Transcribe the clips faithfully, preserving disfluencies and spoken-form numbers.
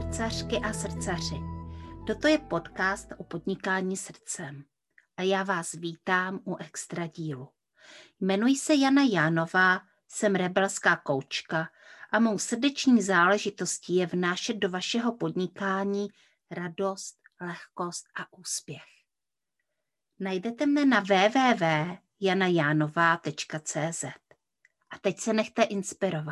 srdcařky a srdcaři. Toto je podcast o podnikání srdcem a já vás vítám u extra dílu. Jmenuji se Jana Jánová, jsem rebelská koučka a mou srdeční záležitostí je vnášet do vašeho podnikání radost, lehkost a úspěch. Najdete mne na w w w tečka jana jánová tečka c z. A teď se nechte inspirovat.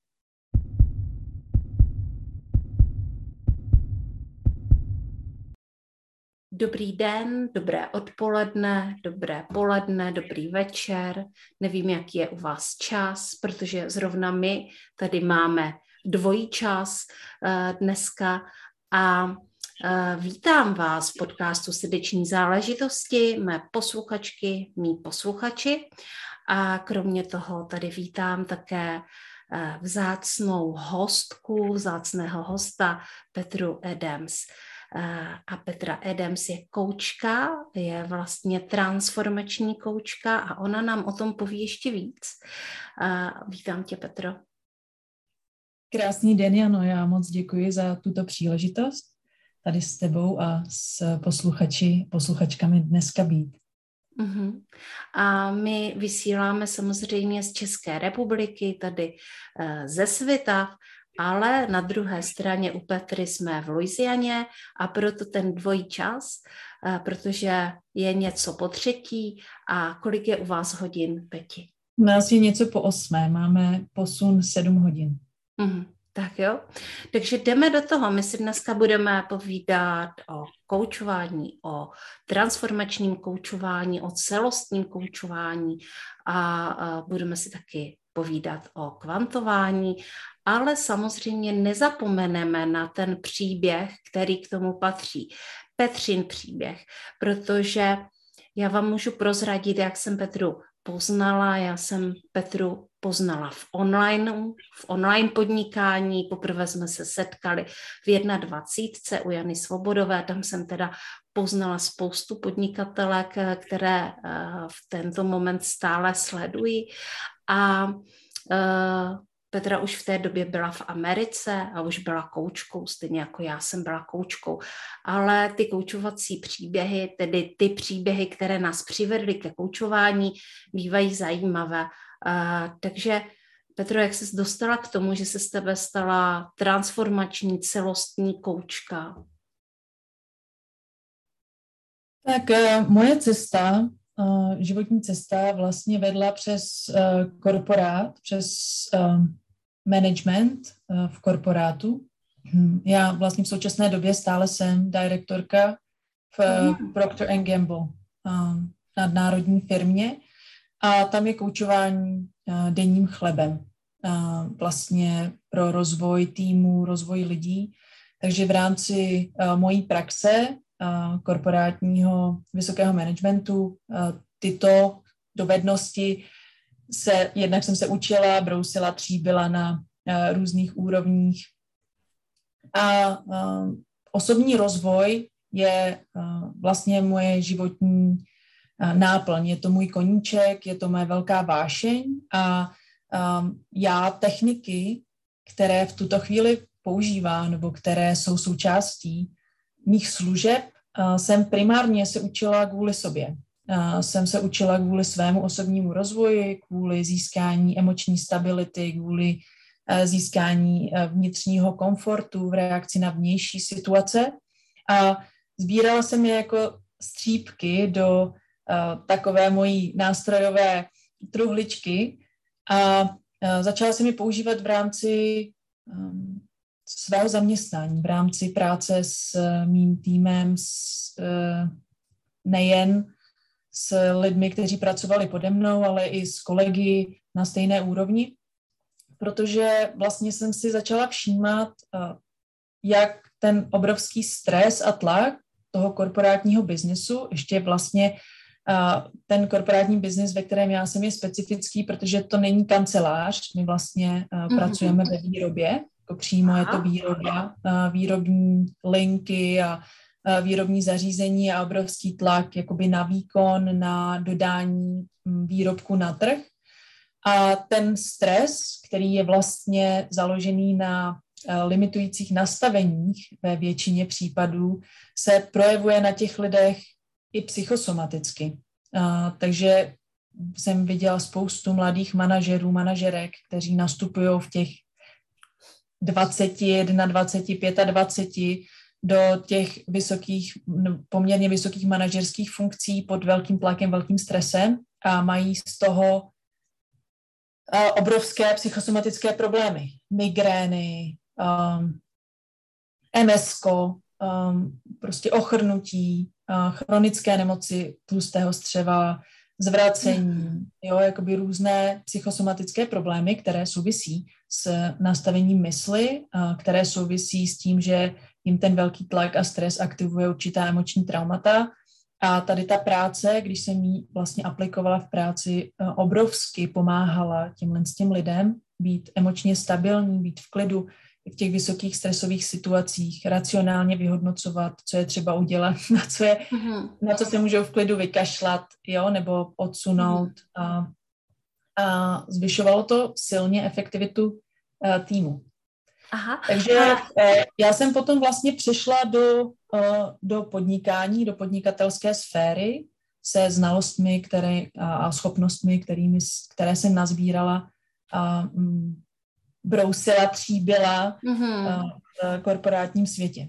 Dobrý den, dobré odpoledne, dobré poledne, dobrý večer. Nevím, jaký je u vás čas, protože zrovna my tady máme dvojí čas uh, dneska a uh, vítám vás v podcastu Srdeční záležitosti, mé posluchačky, mý posluchači. A kromě toho tady vítám také uh, vzácnou hostku, vzácného hosta Petru Adams. A Petra Adams je koučka, je vlastně transformační koučka a ona nám o tom poví ještě víc. Vítám tě, Petro. Krásný den, Jano, já moc děkuji za tuto příležitost tady s tebou a s posluchači, posluchačkami dneska být. Uhum. A my vysíláme samozřejmě z České republiky, tady ze Svitav, ale na druhé straně u Petry jsme v Louisianě a proto ten dvojí čas, protože je něco po třetí. A kolik je u vás hodin, Peti? U nás je něco po osmé, máme posun sedm hodin. Mhm, tak jo, takže jdeme do toho. My si dneska budeme povídat o koučování, o transformačním koučování, o celostním koučování a, a budeme si taky povídat o kvantování, ale samozřejmě nezapomeneme na ten příběh, který k tomu patří. Petřin příběh, protože já vám můžu prozradit, jak jsem Petru poznala. Já jsem Petru poznala v online, v online podnikání. Poprvé jsme se setkali v dvacítce jedna u Jany Svobodové. Tam jsem teda poznala spoustu podnikatelek, které v tento moment stále sledují. A uh, Petra už v té době byla v Americe a už byla koučkou, stejně jako já jsem byla koučkou. Ale ty koučovací příběhy, tedy ty příběhy, které nás přivedly ke koučování, bývají zajímavé. Uh, takže Petro, jak jsi dostala k tomu, že se z tebe stala transformační celostní koučka? Tak uh, moje cesta, uh, životní cesta vlastně vedla přes uh, korporát, přes uh, management uh, v korporátu. Hmm. Já vlastně v současné době stále jsem direktorka v uh, Procter and Gamble, uh, nadnárodní firmě, a tam je koučování uh, denním chlebem. Uh, vlastně pro rozvoj týmu, rozvoj lidí. Takže v rámci uh, mojí praxe uh, korporátního vysokého managementu uh, tyto dovednosti se, jednak jsem se učila, brousila, tříbila na uh, různých úrovních. A uh, osobní rozvoj je uh, vlastně moje životní uh, náplň. Je to můj koníček, je to moje velká vášeň a um, já techniky, které v tuto chvíli používám nebo které jsou součástí mých služeb, uh, jsem primárně se učila kvůli sobě. Uh, jsem se učila kvůli svému osobnímu rozvoji, kvůli získání emoční stability, kvůli uh, získání uh, vnitřního komfortu v reakci na vnější situace. A sbírala jsem je jako střípky do uh, takové mojí nástrojové truhličky a uh, začala jsem je používat v rámci um, svého zaměstnání, v rámci práce s uh, mým týmem, s, uh, nejen s lidmi, kteří pracovali pode mnou, ale i s kolegy na stejné úrovni, protože vlastně jsem si začala všímat, uh, jak ten obrovský stres a tlak toho korporátního biznesu, ještě vlastně uh, ten korporátní biznis, ve kterém já jsem, je specifický, protože to není kancelář, my vlastně uh, mm-hmm. pracujeme ve výrobě, jako přímo je to výroba, uh, výrobní linky a uh, výrobní zařízení a obrovský tlak jakoby na výkon, na dodání um, výrobku na trh. A ten stres, který je vlastně založený na limitujících nastaveních ve většině případů se projevuje na těch lidech i psychosomaticky. Takže jsem viděla spoustu mladých manažerů, manažerek, kteří nastupují v těch dvacet jedna, dvacet pět a dvacet do těch vysokých, poměrně vysokých manažerských funkcí pod velkým tlakem, velkým stresem a mají z toho obrovské psychosomatické problémy. Migrény, um, em es ko, um, prostě ochrnutí, uh, chronické nemoci tlustého střeva, zvracení, jo, jakoby různé psychosomatické problémy, které souvisí s nastavením mysli, uh, které souvisí s tím, že jim ten velký tlak a stres aktivuje určitá emoční traumata. A tady ta práce, když jsem ji vlastně aplikovala v práci, obrovsky pomáhala těmhle s těm lidem být emočně stabilní, být v klidu v těch vysokých stresových situacích, racionálně vyhodnocovat, co je třeba udělat, na co, je, mm-hmm. na co se můžou v klidu vykašlat, jo, nebo odsunout. Mm-hmm. A, a zvyšovalo to silně efektivitu uh, týmu. Aha. Takže uh, já jsem potom vlastně přešla do do podnikání, do podnikatelské sféry se znalostmi které, a, a schopnostmi, kterými, které jsem nazbírala a mm, brousila, tříbila mm-hmm. a, v korporátním světě.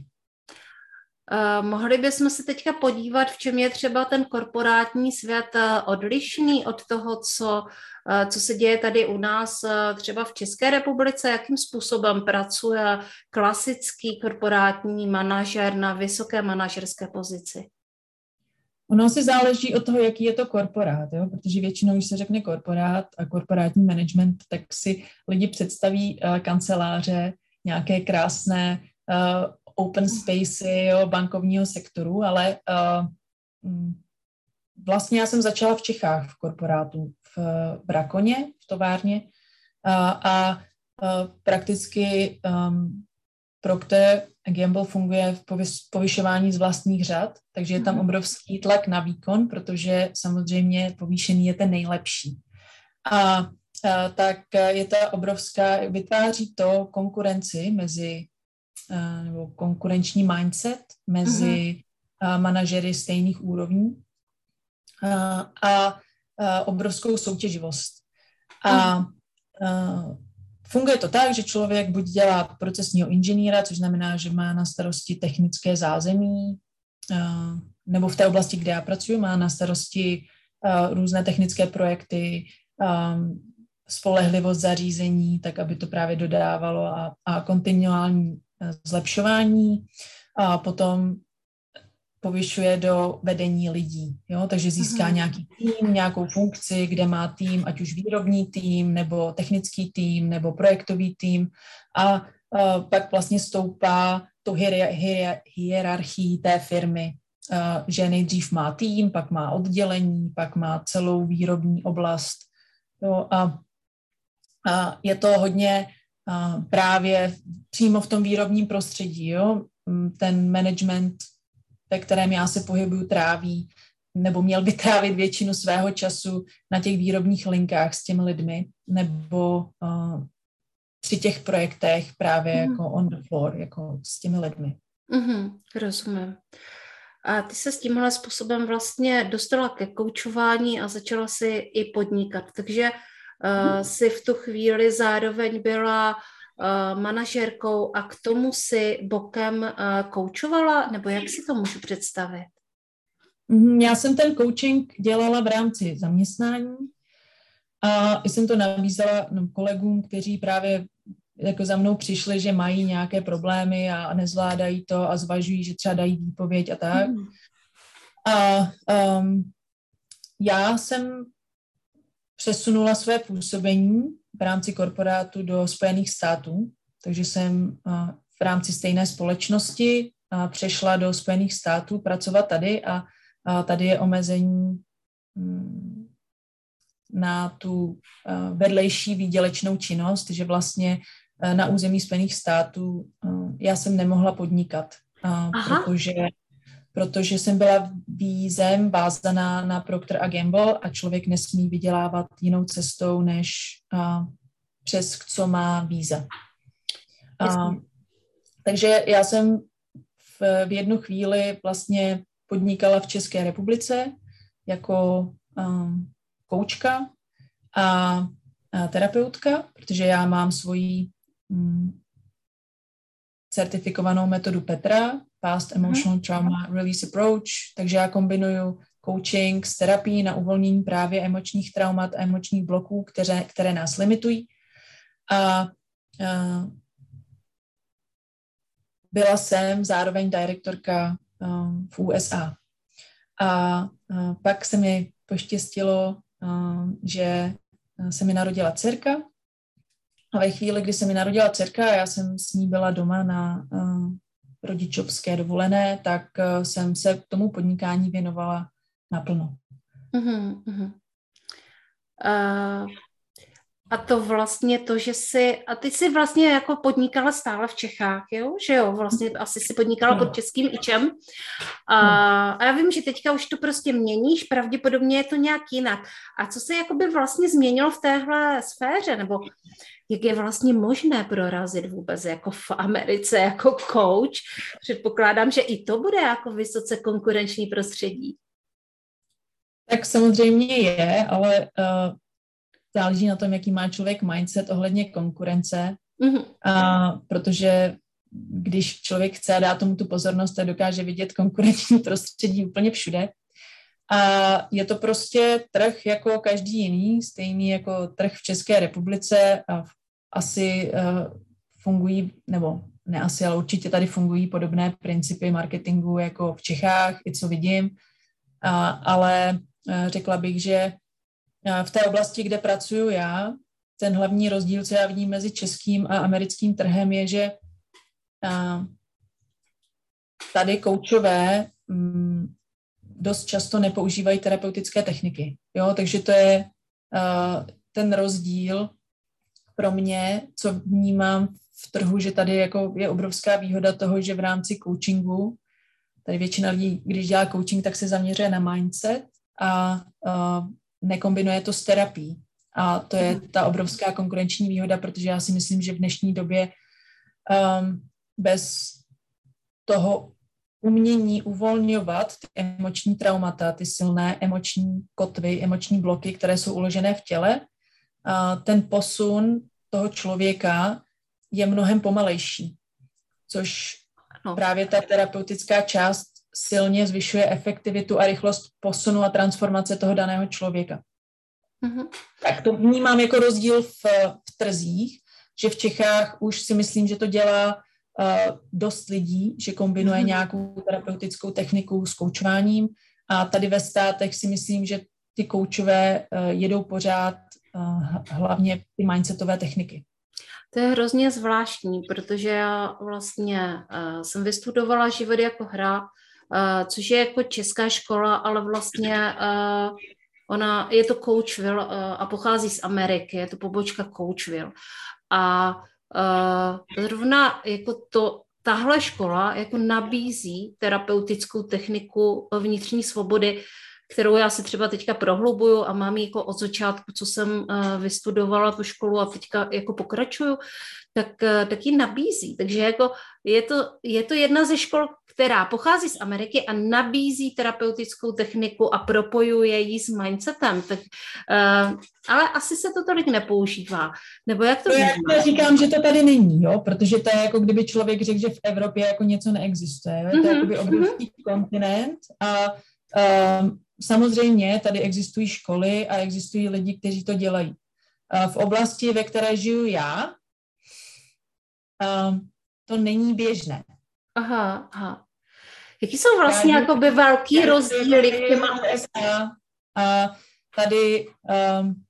Uh, mohli bychom se teďka podívat, v čem je třeba ten korporátní svět odlišný od toho, co, uh, co se děje tady u nás, uh, třeba v České republice, jakým způsobem pracuje klasický korporátní manažer na vysoké manažerské pozici? Ono si záleží od toho, jaký je to korporát, jo? Protože většinou, když se řekne korporát a korporátní management, tak si lidi představí uh, kanceláře, nějaké krásné uh, open spacey, jo, bankovního sektoru, ale uh, vlastně já jsem začala v Čechách v korporátu, v Brakoně, v továrně uh, a uh, prakticky um, Procter and Gamble funguje v povyš- povyšování z vlastních řad, takže je tam obrovský tlak na výkon, protože samozřejmě povýšený je ten nejlepší. A uh, tak je ta obrovská, vytváří to konkurenci mezi nebo konkurenční mindset mezi uh-huh. manažery stejných úrovní a, a, a obrovskou soutěživost. A, uh-huh. a funguje to tak, že člověk buď dělá procesního inženýra, což znamená, že má na starosti technické zázemí, a, nebo v té oblasti, kde já pracuji, má na starosti a, různé technické projekty, a, spolehlivost zařízení, tak aby to právě dodávalo a, a kontinuální zlepšování a potom povyšuje do vedení lidí, jo? Takže získá uh-huh. nějaký tým, nějakou funkci, kde má tým, ať už výrobní tým, nebo technický tým, nebo projektový tým a, a pak vlastně stoupá tu hier- hier- hierarchii té firmy, a, že nejdřív má tým, pak má oddělení, pak má celou výrobní oblast, jo? A, a je to hodně a právě přímo v tom výrobním prostředí, jo, ten management, ve kterém já se pohybuju, tráví, nebo měl by trávit většinu svého času na těch výrobních linkách s těmi lidmi, nebo uh, při těch projektech právě mm. jako on the floor, jako s těmi lidmi. Mm-hmm, rozumím. A ty se s tímhle způsobem vlastně dostala ke koučování a začala si i podnikat, takže Uh, si v tu chvíli zároveň byla uh, manažerkou a k tomu si bokem uh, koučovala, nebo jak si to můžu představit? Já jsem ten coaching dělala v rámci zaměstnání a jsem to nabízela no, kolegům, kteří právě jako za mnou přišli, že mají nějaké problémy a nezvládají to a zvažují, že třeba dají výpověď a tak. Mm. A um, já jsem přesunula své působení v rámci korporátu do Spojených států, takže jsem v rámci stejné společnosti přešla do Spojených států pracovat tady a tady je omezení na tu vedlejší výdělečnou činnost, že vlastně na území Spojených států já jsem nemohla podnikat, protože protože jsem byla vízem vázaná na Procter and Gamble a člověk nesmí vydělávat jinou cestou, než a, přes co má víza. A, takže já jsem v, v jednu chvíli vlastně podnikala v České republice jako um, koučka a, a terapeutka, protože já mám svoji um, certifikovanou metodu Petra, Past Emotional Trauma Release Approach, takže já kombinuju coaching s terapií na uvolnění právě emočních traumat a emočních bloků, které, které nás limitují. A, a byla jsem zároveň direktorka um, v U S A. A, a pak se mi poštěstilo, um, že se mi narodila dcerka. A ve chvíli, kdy se mi narodila dcerka a já jsem s ní byla doma na uh, rodičovské dovolené, tak uh, jsem se k tomu podnikání věnovala naplno. Uh-huh, uh-huh. Uh, a to vlastně to, že jsi, a ty jsi vlastně jako podnikala stále v Čechách, jo? Že jo, vlastně asi si podnikala pod českým ičem. A, a já vím, že teďka už to prostě měníš, pravděpodobně je to nějak jinak. A co se jakoby vlastně změnilo v téhle sféře, nebo jak je vlastně možné prorazit vůbec jako v Americe, jako coach? Předpokládám, že i to bude jako vysoce konkurenční prostředí. Tak samozřejmě je, ale uh, záleží na tom, jaký má člověk mindset ohledně konkurence, mm-hmm. a protože když člověk chce dát tomu tu pozornost, tak dokáže vidět konkurenční prostředí úplně všude. A je to prostě trh jako každý jiný, stejný jako trh v České republice a asi uh, fungují, nebo ne asi, ale určitě tady fungují podobné principy marketingu jako v Čechách, i co vidím, a, ale uh, řekla bych, že uh, v té oblasti, kde pracuju já, ten hlavní rozdíl, co já vidím mezi českým a americkým trhem, je, že uh, tady koučové um, dost často nepoužívají terapeutické techniky. Jo? Takže to je uh, ten rozdíl pro mě, co vnímám v trhu, že tady jako je obrovská výhoda toho, že v rámci coachingu, tady většina lidí, když dělá coaching, tak se zaměřuje na mindset a uh, nekombinuje to s terapií. A to je ta obrovská konkurenční výhoda, protože já si myslím, že v dnešní době um, bez toho umění uvolňovat ty emoční traumata, ty silné emoční kotvy, emoční bloky, které jsou uložené v těle, a ten posun toho člověka je mnohem pomalejší, což no. právě ta terapeutická část silně zvyšuje efektivitu a rychlost posunu a transformace toho daného člověka. Mm-hmm. Tak to vnímám jako rozdíl v, v trzích, že v Čechách už si myslím, že to dělá uh, dost lidí, že kombinuje mm-hmm. nějakou terapeutickou techniku s koučováním a tady ve státech si myslím, že ty koučové uh, jedou pořád uh, hlavně ty mindsetové techniky. To je hrozně zvláštní, protože já vlastně uh, jsem vystudovala život jako hra, uh, což je jako česká škola, ale vlastně uh, ona je to Coachville uh, a pochází z Ameriky, je to pobočka Coachville. A uh, zrovna jako to, tahle škola jako nabízí terapeutickou techniku vnitřní svobody, kterou já si třeba teďka prohlubuju a mám jako od začátku, co jsem uh, vystudovala tu školu a teďka jako pokračuju, tak, uh, tak ji nabízí. Takže jako je to, je to jedna ze škol, která pochází z Ameriky a nabízí terapeutickou techniku a propojuje ji s mindsetem. Tak, uh, ale asi se to tolik nepoužívá. Nebo jak to no, já říkám, že to tady není, jo? Protože to je jako kdyby člověk řekl, že v Evropě jako něco neexistuje. Jo? Mm-hmm. To je jakoby obrovský mm-hmm. kontinent a um, samozřejmě tady existují školy a existují lidi, kteří to dělají. V oblasti, ve které žiju já, to není běžné. Aha, aha. Jaký jsou vlastně jakoby velký rozdíly v těma... A tady um,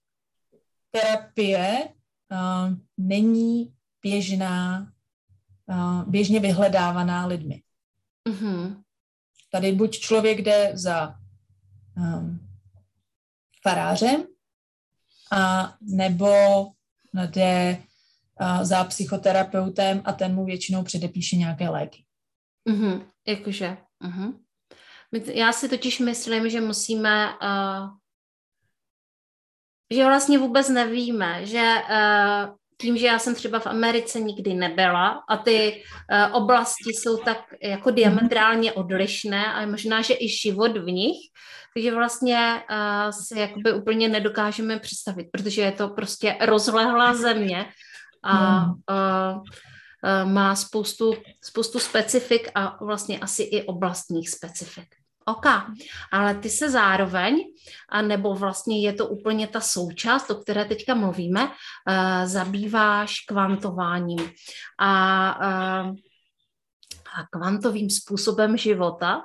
terapie um, není běžná, uh, běžně vyhledávaná lidmi. Uh-huh. Tady buď člověk jde za um, farářem, a nebo jde uh, za psychoterapeutem a ten mu většinou předepíše nějaké léky. Uh-huh. Jakože. Uh-huh. Já si totiž myslím, že musíme, uh, že vlastně vůbec nevíme, že uh, tím, že já jsem třeba v Americe nikdy nebyla a ty uh, oblasti jsou tak jako diametrálně odlišné a možná, že i život v nich, takže vlastně uh, si jakoby úplně nedokážeme představit, protože je to prostě rozlehlá země a uh, uh, má spoustu, spoustu specifik a vlastně asi i oblastních specifik. OK, ale ty se zároveň, a nebo vlastně je to úplně ta součást, o které teďka mluvíme, uh, zabýváš kvantováním a, uh, a kvantovým způsobem života.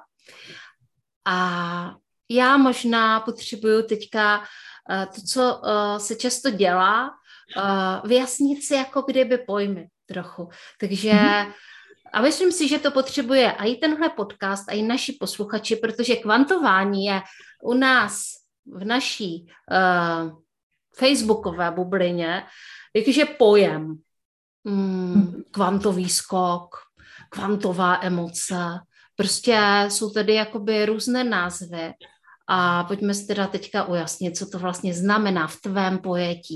A já možná potřebuju teďka uh, to, co uh, se často dělá, uh, vyjasnit si jako kdyby pojmy trochu. Takže mm-hmm. A myslím si, že to potřebuje i tenhle podcast, i naši posluchači, protože kvantování je u nás v naší uh, facebookové bublině jakože pojem. Mm, kvantový skok, kvantová emoce. Prostě jsou tady jakoby různé názvy. A pojďme si teda teďka ujasnit, co to vlastně znamená v tvém pojetí.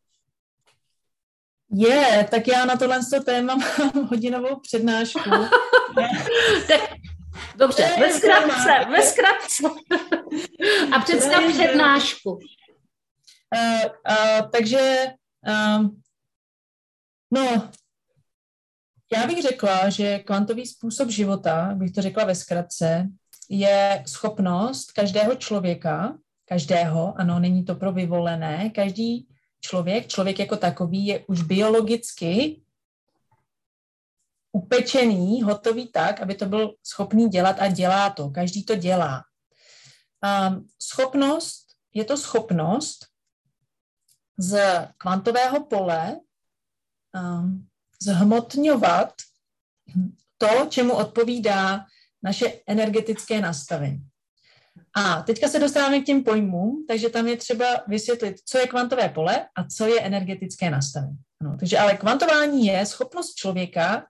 Je, yeah, tak já na tohle téma mám hodinovou přednášku. Tak dobře, ve zkratce, ve zkratce. A představ přednášku. Uh, uh, takže, uh, no, já bych řekla, že kvantový způsob života, bych to řekla ve zkratce, je schopnost každého člověka, každého, ano, není to pro vyvolené, každý člověk, člověk jako takový je už biologicky upečený, hotový tak, aby to byl schopný dělat a dělá to. Každý to dělá. Um, schopnost, je to schopnost z kvantového pole um, zhmotňovat to, čemu odpovídá naše energetické nastavení. A teďka se dostáváme k těm pojmům, takže tam je třeba vysvětlit, co je kvantové pole a co je energetické nastavení. No, takže ale kvantování je schopnost člověka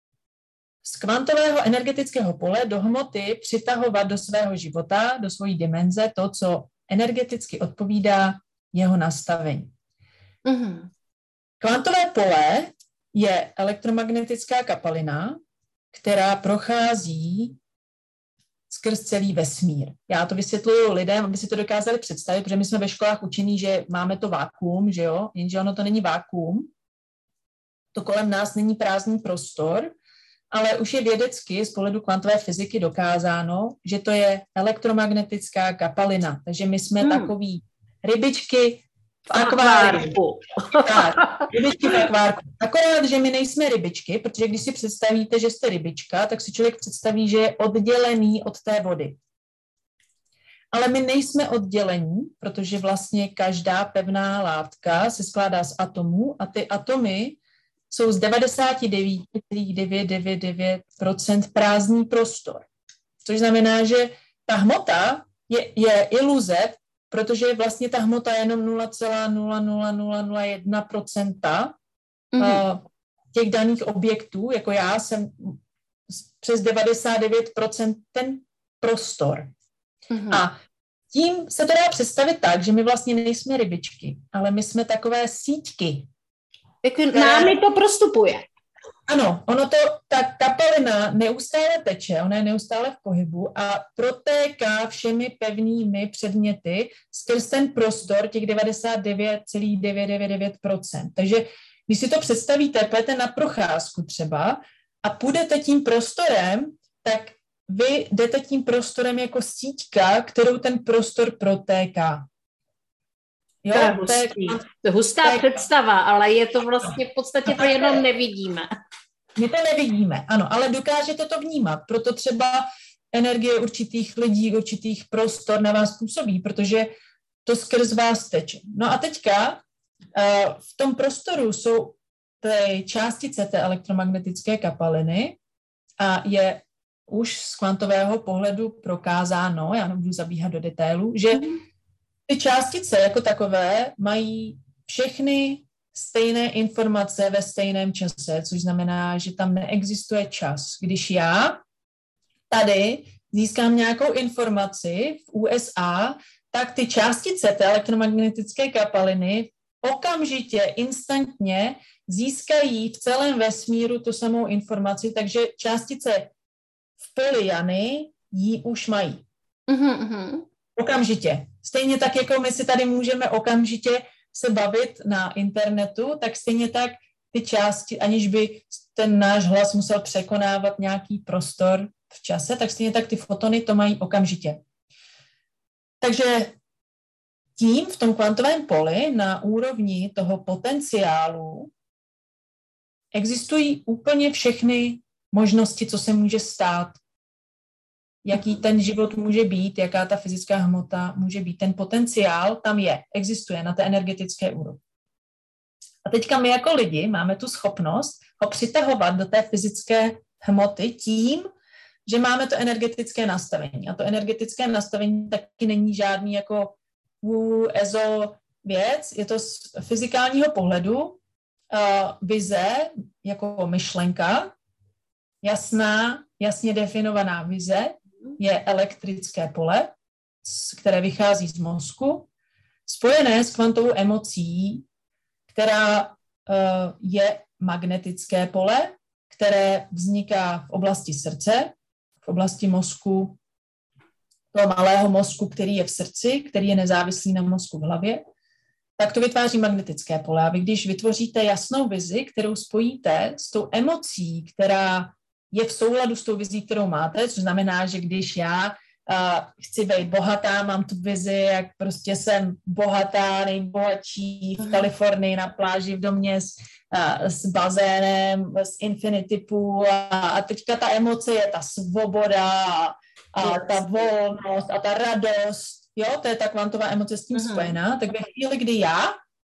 z kvantového energetického pole do hmoty přitahovat do svého života, do svojí dimenze to, co energeticky odpovídá jeho nastavení. Mm-hmm. Kvantové pole je elektromagnetická kapalina, která prochází skrz celý vesmír. Já to vysvětluju lidem, aby si to dokázali představit, protože my jsme ve školách učení, že máme to vákuum, že jo, jenže ono to není vákuum. To kolem nás není prázdný prostor, ale už je vědecky z pohledu kvantové fyziky dokázáno, že to je elektromagnetická kapalina. Takže my jsme hmm. takový rybičky v akváriu. Tak, rybičky v akvárku. Akorát, že my nejsme rybičky, protože když si představíte, že jste rybička, tak si člověk představí, že je oddělený od té vody. Ale my nejsme oddělení, protože vlastně každá pevná látka se skládá z atomů a ty atomy jsou z devadesát devět celá devět devět devět procent prázdný prostor. Což znamená, že ta hmota je, je iluze, protože vlastně ta hmota je jenom nula celá nula nula nula nula jedna procenta mm-hmm. těch daných objektů, jako já jsem přes devadesát devět procent ten prostor. Mm-hmm. A tím se to dá představit tak, že my vlastně nejsme rybičky, ale my jsme takové síťky. Jako námi to prostupuje. Ano, ono to, ta kapalina neustále teče, ona je neustále v pohybu a protéká všemi pevnými předměty skrz ten prostor těch devadesát devět celá devět devět devět procent. Takže když si to představíte, půjdete na procházku třeba a půjdete tím prostorem, tak vy jdete tím prostorem jako síťka, kterou ten prostor protéká. Jo, to je hustý. To je hustá tak, představa, ale je to vlastně v podstatě to jenom nevidíme. My to nevidíme, ano, ale dokážete to vnímat. Proto třeba energie určitých lidí, určitých prostor na vás působí, protože to skrz vás teče. No a teďka v tom prostoru jsou ty částice té elektromagnetické kapaliny a je už z kvantového pohledu prokázáno, já nebudu zabíhat do detailů, že ty částice jako takové mají všechny stejné informace ve stejném čase, což znamená, že tam neexistuje čas. Když já tady získám nějakou informaci v U S A, tak ty částice té elektromagnetické kapaliny okamžitě, instantně získají v celém vesmíru tu samou informaci, takže částice v poli Jany ji už mají. Mm-hmm. Okamžitě. Stejně tak, jako my si tady můžeme okamžitě se bavit na internetu, tak stejně tak ty části, aniž by ten náš hlas musel překonávat nějaký prostor v čase, tak stejně tak ty fotony to mají okamžitě. Takže tím v tom kvantovém poli na úrovni toho potenciálu existují úplně všechny možnosti, co se může stát, jaký ten život může být, jaká ta fyzická hmota může být. Ten potenciál tam je, existuje na té energetické úrovni. A teďka my jako lidi máme tu schopnost ho přitahovat do té fyzické hmoty tím, že máme to energetické nastavení. A to energetické nastavení taky není žádný jako uh, ezo věc, je to z fyzikálního pohledu uh, vize jako myšlenka, jasná, jasně definovaná vize, je elektrické pole, které vychází z mozku, spojené s kvantovou emocí, která uh, je magnetické pole, které vzniká v oblasti srdce, v oblasti mozku, toho malého mozku, který je v srdci, který je nezávislý na mozku v hlavě, tak to vytváří magnetické pole. A vy, když vytvoříte jasnou vizi, kterou spojíte s tou emocí, která je v souladu s tou vizí, kterou máte, což znamená, že když já uh, chci být bohatá, mám tu vizi, jak prostě jsem bohatá, nejbohatší v Kalifornii na pláži v domě s, uh, s bazénem, s infinity pool a, a teďka ta emoce je ta svoboda a, a ta volnost a ta radost, jo, to je ta kvantová emoce s tím uh-huh. spojená, tak ve chvíli, kdy já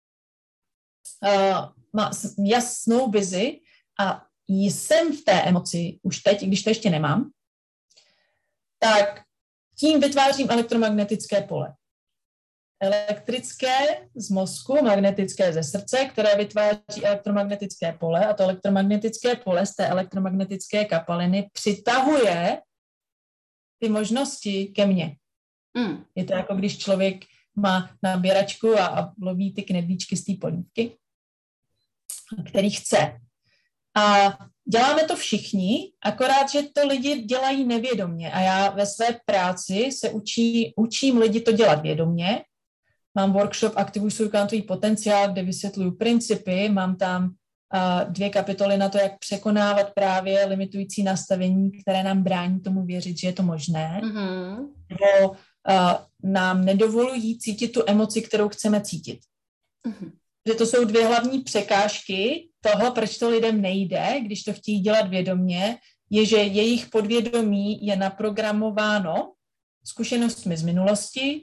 uh, mám jasnou vizi a jsem v té emoci už teď, i když to ještě nemám, tak tím vytvářím elektromagnetické pole. Elektrické z mozku, magnetické ze srdce, které vytváří elektromagnetické pole a to elektromagnetické pole z té elektromagnetické kapaliny přitahuje ty možnosti ke mně. Mm. Je to jako když člověk má nabíračku a, a loví ty knedlíčky z té polívky, který chce. A děláme to všichni, akorát, že to lidi dělají nevědomě. A já ve své práci se učí, učím lidi to dělat vědomě. Mám workshop Aktivuj svůj kvantový potenciál, kde vysvětluju principy. Mám tam uh, dvě kapitoly na to, jak překonávat právě limitující nastavení, které nám brání tomu věřit, že je to možné. Mm-hmm. Nebo uh, nám nedovolují cítit tu emoci, kterou chceme cítit. Mm-hmm. Že to jsou dvě hlavní překážky toho, proč to lidem nejde, když to chtějí dělat vědomě, je, že jejich podvědomí je naprogramováno zkušenostmi z minulosti,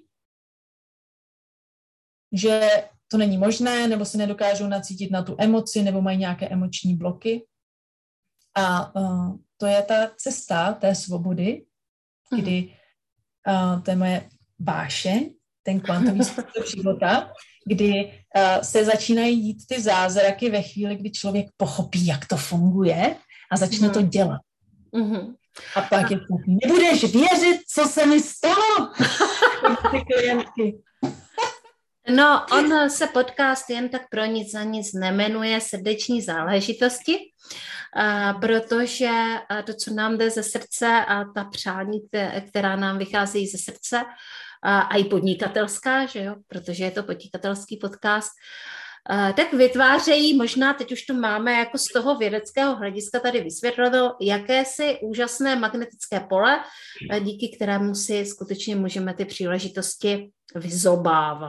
že to není možné, nebo se nedokážou nacítit na tu emoci, nebo mají nějaké emoční bloky. A uh, to je ta cesta té svobody, kdy uh, to je moje vášeň, ten kvantový způsob života, kdy uh, se začínají dít ty zázraky ve chvíli, kdy člověk pochopí, jak to funguje a začne mm. to dělat. Mm-hmm. A pak je tak, nebudeš věřit, co se mi stalo? klientky. No, on se podcast jen tak pro nic za nic nemenuje srdeční záležitosti, uh, protože to, co nám jde ze srdce a ta přání, která nám vychází ze srdce, a i podnikatelská, že jo, protože je to podnikatelský podcast, tak vytvářejí, možná teď už to máme jako z toho vědeckého hlediska tady vysvětleno, jakési úžasné magnetické pole, díky kterému si skutečně můžeme ty příležitosti vyzobávat.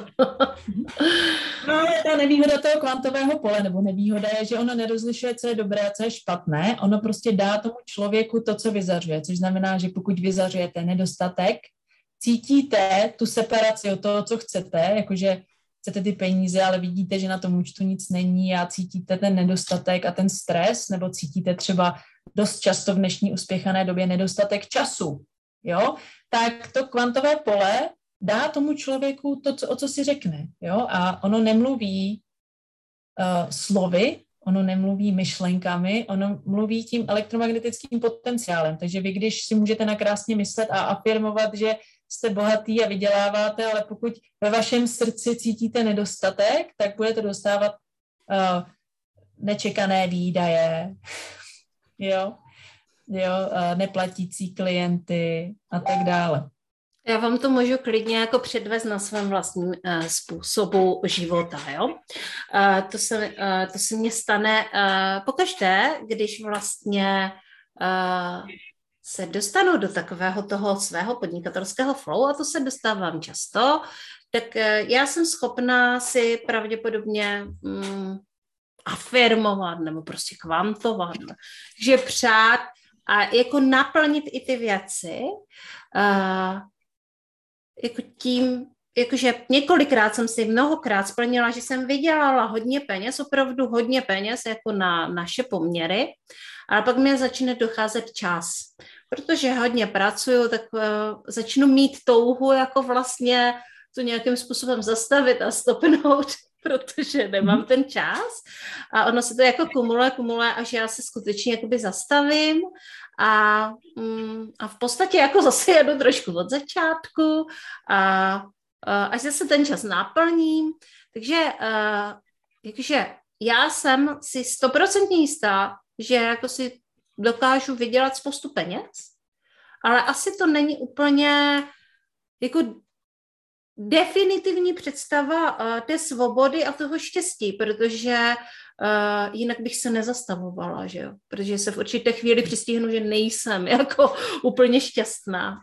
No ale ta nevýhoda toho kvantového pole, nebo nevýhoda je, že ono nerozlišuje, co je dobré a co je špatné, ono prostě dá tomu člověku to, co vyzařuje, což znamená, že pokud vyzařujete nedostatek, cítíte tu separaci od toho, co chcete, jakože chcete ty peníze, ale vidíte, že na tom účtu nic není a cítíte ten nedostatek a ten stres, nebo cítíte třeba dost často v dnešní uspěchané době nedostatek času, jo, tak to kvantové pole dá tomu člověku to, co, o co si řekne, jo, a ono nemluví uh, slovy, ono nemluví myšlenkami, ono mluví tím elektromagnetickým potenciálem, takže vy, když si můžete nakrásně myslet a afirmovat, že jste bohatý a vyděláváte, ale pokud ve vašem srdci cítíte nedostatek, tak budete dostávat uh, nečekané výdaje, jo, jo, uh, neplatící klienty a tak dále. Já vám to můžu klidně jako předvést na svém vlastním uh, způsobu života, jo. Uh, to, se, uh, to se mně stane uh, pokaždé, když vlastně uh, se dostanu do takového toho svého podnikatelského flow, a to se dostávám často, tak uh, já jsem schopná si pravděpodobně um, afirmovat nebo prostě kvantovat, že přát a jako naplnit i ty věci, uh, jako tím, jakože několikrát jsem si mnohokrát splnila, že jsem vydělala hodně peněz, opravdu hodně peněz, jako na naše poměry, ale pak mě začne docházet čas. Protože hodně pracuju, tak uh, začnu mít touhu jako vlastně to nějakým způsobem zastavit a stopnout, protože nemám ten čas. A ono se to jako kumuluje, kumuluje, až já se skutečně jakoby zastavím a, mm, a v podstatě jako zase jedu trošku od začátku a, a až zase ten čas naplním. Takže uh, jakože já jsem si stoprocentně jistá, že jako si dokážu vydělat spoustu peněz, ale asi to není úplně jako definitivní představa uh, té svobody a toho štěstí, protože uh, jinak bych se nezastavovala, že jo? Protože se v určité chvíli přistihnu, že nejsem jako úplně šťastná.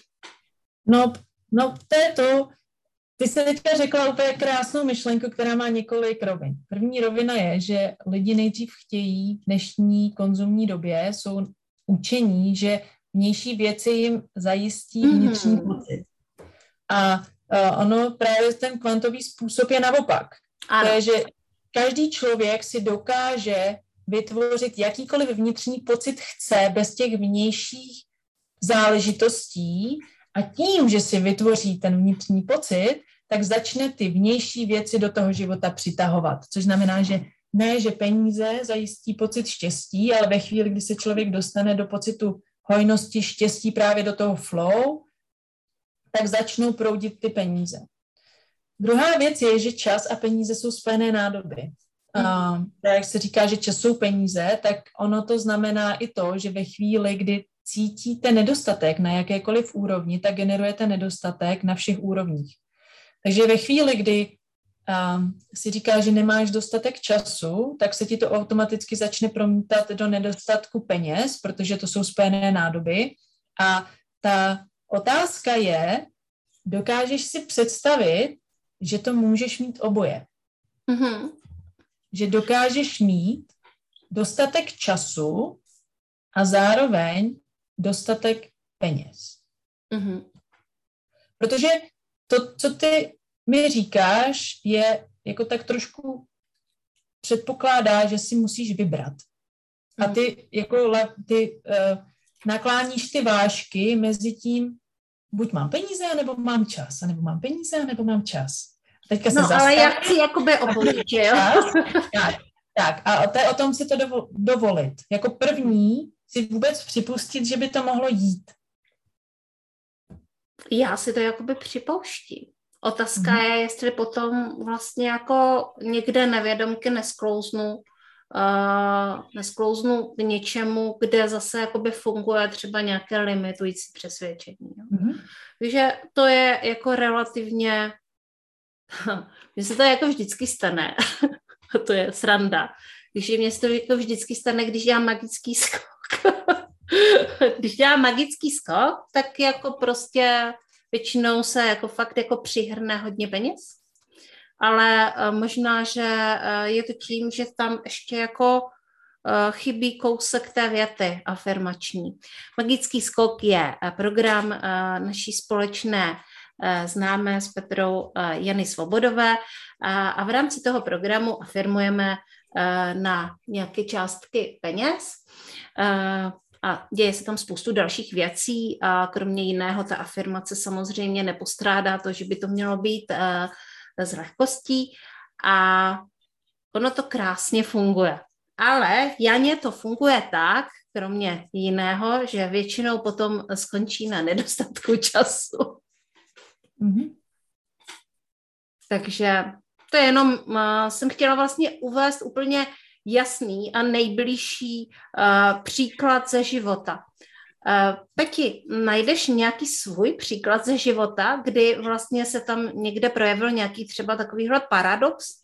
No, no to je to. Ty jsi teďka řekla úplně krásnou myšlenku, která má několik rovin. První rovina je, že lidi nejdřív chtějí v dnešní konzumní době, jsou učení, že vnější věci jim zajistí vnitřní mm. pocit. A Uh, ono právě ten kvantový způsob je naopak. Ano. To je, že každý člověk si dokáže vytvořit jakýkoliv vnitřní pocit chce bez těch vnějších záležitostí a tím, že si vytvoří ten vnitřní pocit, tak začne ty vnější věci do toho života přitahovat. Což znamená, že ne, že peníze zajistí pocit štěstí, ale ve chvíli, kdy se člověk dostane do pocitu hojnosti, štěstí právě do toho flow, tak začnou proudit ty peníze. Druhá věc je, že čas a peníze jsou spojené nádoby. A jak se říká, že čas jsou peníze, tak ono to znamená i to, že ve chvíli, kdy cítíte nedostatek na jakékoliv úrovni, tak generujete nedostatek na všech úrovních. Takže ve chvíli, kdy um, si říká, že nemáš dostatek času, tak se ti to automaticky začne promítat do nedostatku peněz, protože to jsou spojené nádoby. A ta otázka je, dokážeš si představit, že to můžeš mít oboje. Mm-hmm. Že dokážeš mít dostatek času a zároveň dostatek peněz. Mm-hmm. Protože to, co ty mi říkáš, je jako tak trošku předpokládá, že si musíš vybrat. A ty jako ty uh, nakláníš ty vážky mezi tím, buď mám peníze, nebo mám čas, nebo mám peníze, nebo mám čas. A teďka se no, zastav... ale já chci jakoby obojí, jo? Tak, tak, a to je o tom si to dovolit. Jako první si vůbec připustit, že by to mohlo jít. Já si to jakoby připouštím. Otázka hmm. je, jestli potom vlastně jako někde nevědomky nesklouznu, Uh, nesklouznu k něčemu, kde zase jakoby funguje třeba nějaké limitující přesvědčení. Mm-hmm. Takže to je jako relativně, mně se to jako vždycky stane, a to je sranda, takže mně se to jako vždycky stane, když dělám magický skok. Když dělám magický skok, tak jako prostě většinou se jako fakt jako přihrne hodně peněz. Ale uh, možná, že uh, je to tím, že tam ještě jako uh, chybí kousek té věty afirmační. Magický skok je uh, program uh, naší společné uh, známé s Petrou uh, Jany Svobodové uh, a v rámci toho programu afirmujeme uh, na nějaké částky peněz uh, a děje se tam spoustu dalších věcí a kromě jiného ta afirmace samozřejmě nepostrádá to, že by to mělo být uh, s lehkostí a ono to krásně funguje. Ale Janě to funguje tak, kromě jiného, že většinou potom skončí na nedostatku času. Mm-hmm. Takže to je jenom, uh, jsem chtěla vlastně uvést úplně jasný a nejbližší uh, příklad ze života. Uh, Peti, najdeš nějaký svůj příklad ze života, kdy vlastně se tam někde projevil nějaký třeba takovýhle paradox?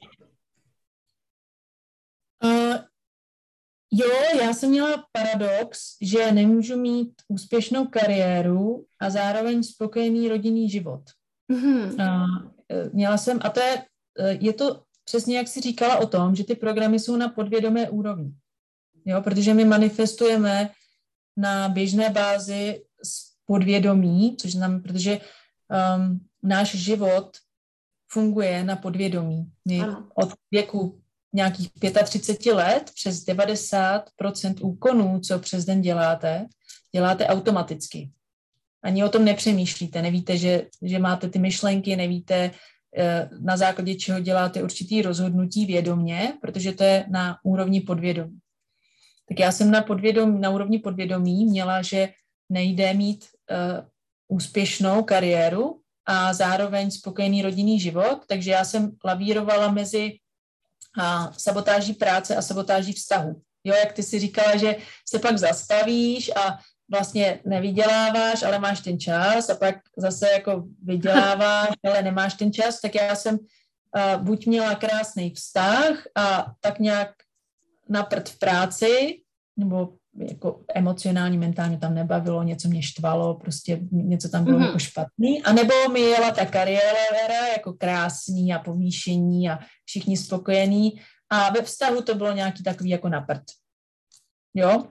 Uh, jo, já jsem měla paradox, že nemůžu mít úspěšnou kariéru a zároveň spokojený rodinný život. Mm-hmm. Uh, měla jsem, a to je, je to přesně, jak jsi říkala o tom, že ty programy jsou na podvědomé úrovni. Jo, protože my manifestujeme na běžné bázi podvědomí, což znamená, protože um, náš život funguje na podvědomí. My ano. Od věku nějakých třicet pět let přes devadesát procent úkonů, co přes den děláte, děláte automaticky. Ani o tom nepřemýšlíte, nevíte, že, že máte ty myšlenky, nevíte, na základě čeho děláte určitý rozhodnutí vědomě, protože to je na úrovni podvědomí. Tak já jsem na, podvědomí, na úrovni podvědomí měla, že nejde mít uh, úspěšnou kariéru a zároveň spokojený rodinný život, takže já jsem lavírovala mezi uh, sabotáží práce a sabotáží vztahu. Jo, jak ty si říkala, že se pak zastavíš a vlastně nevyděláváš, ale máš ten čas a pak zase jako vyděláváš, ale nemáš ten čas, tak já jsem uh, buď měla krásný vztah a tak nějak na prd v práci, nebo jako emocionálně, mentálně tam nebavilo, něco mě štvalo, prostě něco tam bylo mm-hmm. jako špatný, anebo mi jela ta kariéra jako krásný a povýšení a všichni spokojení a ve vztahu to bylo nějaký takový jako na prd. Jo?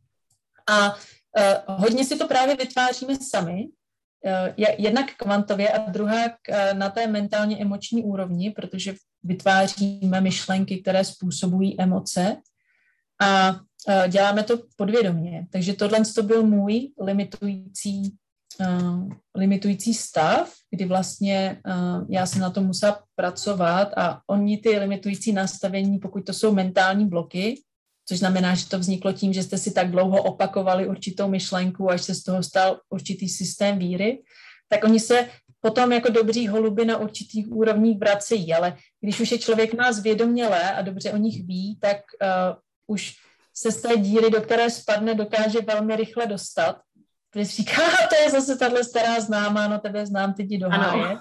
A Uh, hodně si to právě vytváříme sami, uh, jednak kvantově a druhá uh, na té mentálně emoční úrovni, protože vytváříme myšlenky, které způsobují emoce a uh, děláme to podvědomě. Takže tohle to byl můj limitující, uh, limitující stav, kdy vlastně uh, já jsem na to musela pracovat a oni ty limitující nastavení, pokud to jsou mentální bloky, což znamená, že to vzniklo tím, že jste si tak dlouho opakovali určitou myšlenku, až se z toho stal určitý systém víry, tak oni se potom jako dobří holuby na určitých úrovních vracejí, ale když už je člověk má zvědomělé a dobře o nich ví, tak uh, už se z té díry, do které spadne, dokáže velmi rychle dostat. Když říká, to je zase tahle stará známá, no tebe znám, teď jdi do háje.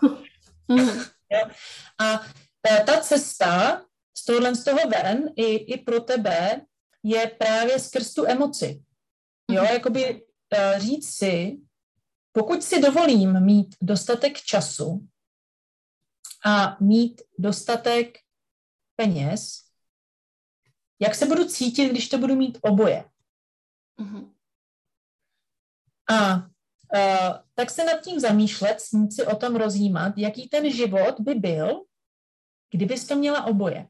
A uh, ta cesta z tohohle z toho ven i, i pro tebe je právě skrz tu emoci. Jo, jakoby uh, říct si, pokud si dovolím mít dostatek času a mít dostatek peněz, jak se budu cítit, když to budu mít oboje? Uh-huh. A uh, tak se nad tím zamýšlet, snít si o tom rozjímat, jaký ten život by byl, kdybys to měla oboje.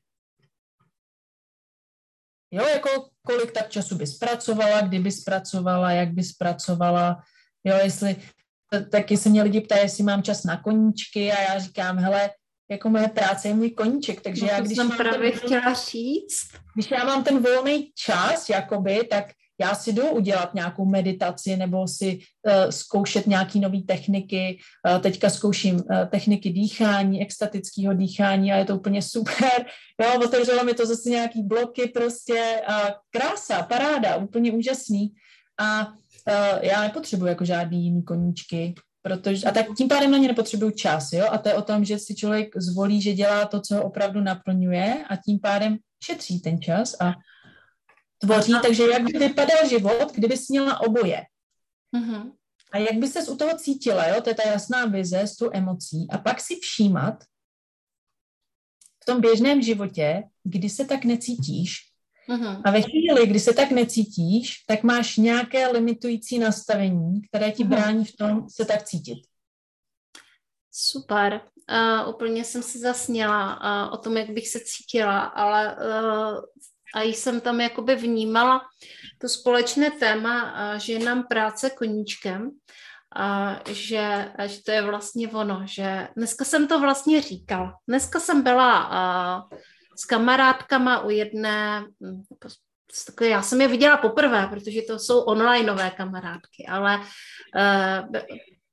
Jo, jako kolik tak času bys pracovala, kdyby zpracovala, jak bys pracovala, jo, jestli, taky se mě lidi ptají, jestli mám čas na koníčky a já říkám, hele, jako moje práce je můj koníček, takže no, já, když jsem mám právě ten, chtěla říct. Když já mám ten volný čas, jakoby, tak já si jdu udělat nějakou meditaci nebo si uh, zkoušet nějaký nové techniky. Uh, teďka zkouším uh, techniky dýchání, extatického dýchání a je to úplně super. Jo, otevřelo mi to zase nějaký bloky prostě a krása, paráda, úplně úžasný. A uh, já nepotřebuji jako žádný jiný koníčky, protože, a tak tím pádem na ně nepotřebuju čas, jo, a to je o tom, že si člověk zvolí, že dělá to, co ho opravdu naplňuje a tím pádem šetří ten čas a tvoří, Aha. Takže jak by vypadal život, kdyby jsi měla oboje. Uh-huh. A jak by ses u toho cítila, jo? To je ta jasná vize s tou emocí. A pak si všímat v tom běžném životě, kdy se tak necítíš. Uh-huh. A ve chvíli, kdy se tak necítíš, tak máš nějaké limitující nastavení, které ti uh-huh. brání v tom se tak cítit. Super. Uh, úplně jsem si zasněla uh, o tom, jak bych se cítila, ale uh, a jsem tam jakoby vnímala to společné téma, že je nám práce koníčkem, a že, že to je vlastně ono, že dneska jsem to vlastně říkala. Dneska jsem byla uh, s kamarádkama u jedné, takové, já jsem je viděla poprvé, protože to jsou onlineové kamarádky, ale uh,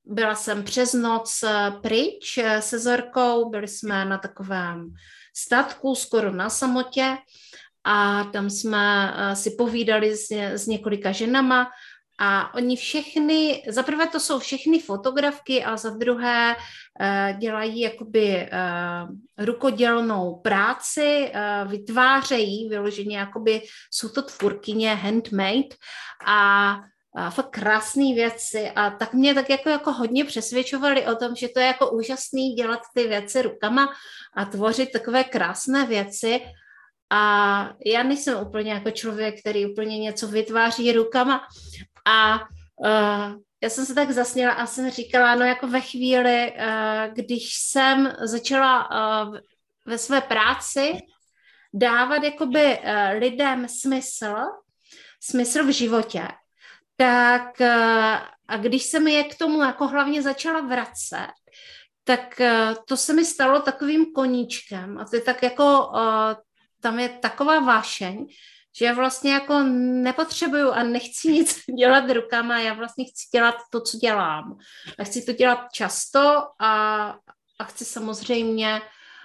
byla jsem přes noc pryč se Zorkou, byli jsme na takovém statku, skoro na samotě a tam jsme si povídali s, s několika ženama a oni všechny, za prvé to jsou všechny fotografky a za druhé dělají jakoby rukodělnou práci, vytvářejí vyloženě, jakoby jsou to tvůrkyně handmade a A fakt krásné věci a tak mě tak jako, jako hodně přesvědčovali o tom, že to je jako úžasný dělat ty věci rukama a tvořit takové krásné věci a já nejsem úplně jako člověk, který úplně něco vytváří rukama a uh, já jsem se tak zasněla a jsem říkala, no jako ve chvíli, uh, když jsem začala uh, ve své práci dávat jakoby uh, lidem smysl, smysl v životě, tak a když se mi je k tomu jako hlavně začala vracet, tak to se mi stalo takovým koníčkem a to je tak jako, tam je taková vášeň, že já vlastně jako nepotřebuju a nechci nic dělat rukama, já vlastně chci dělat to, co dělám. A chci to dělat často a, a chci samozřejmě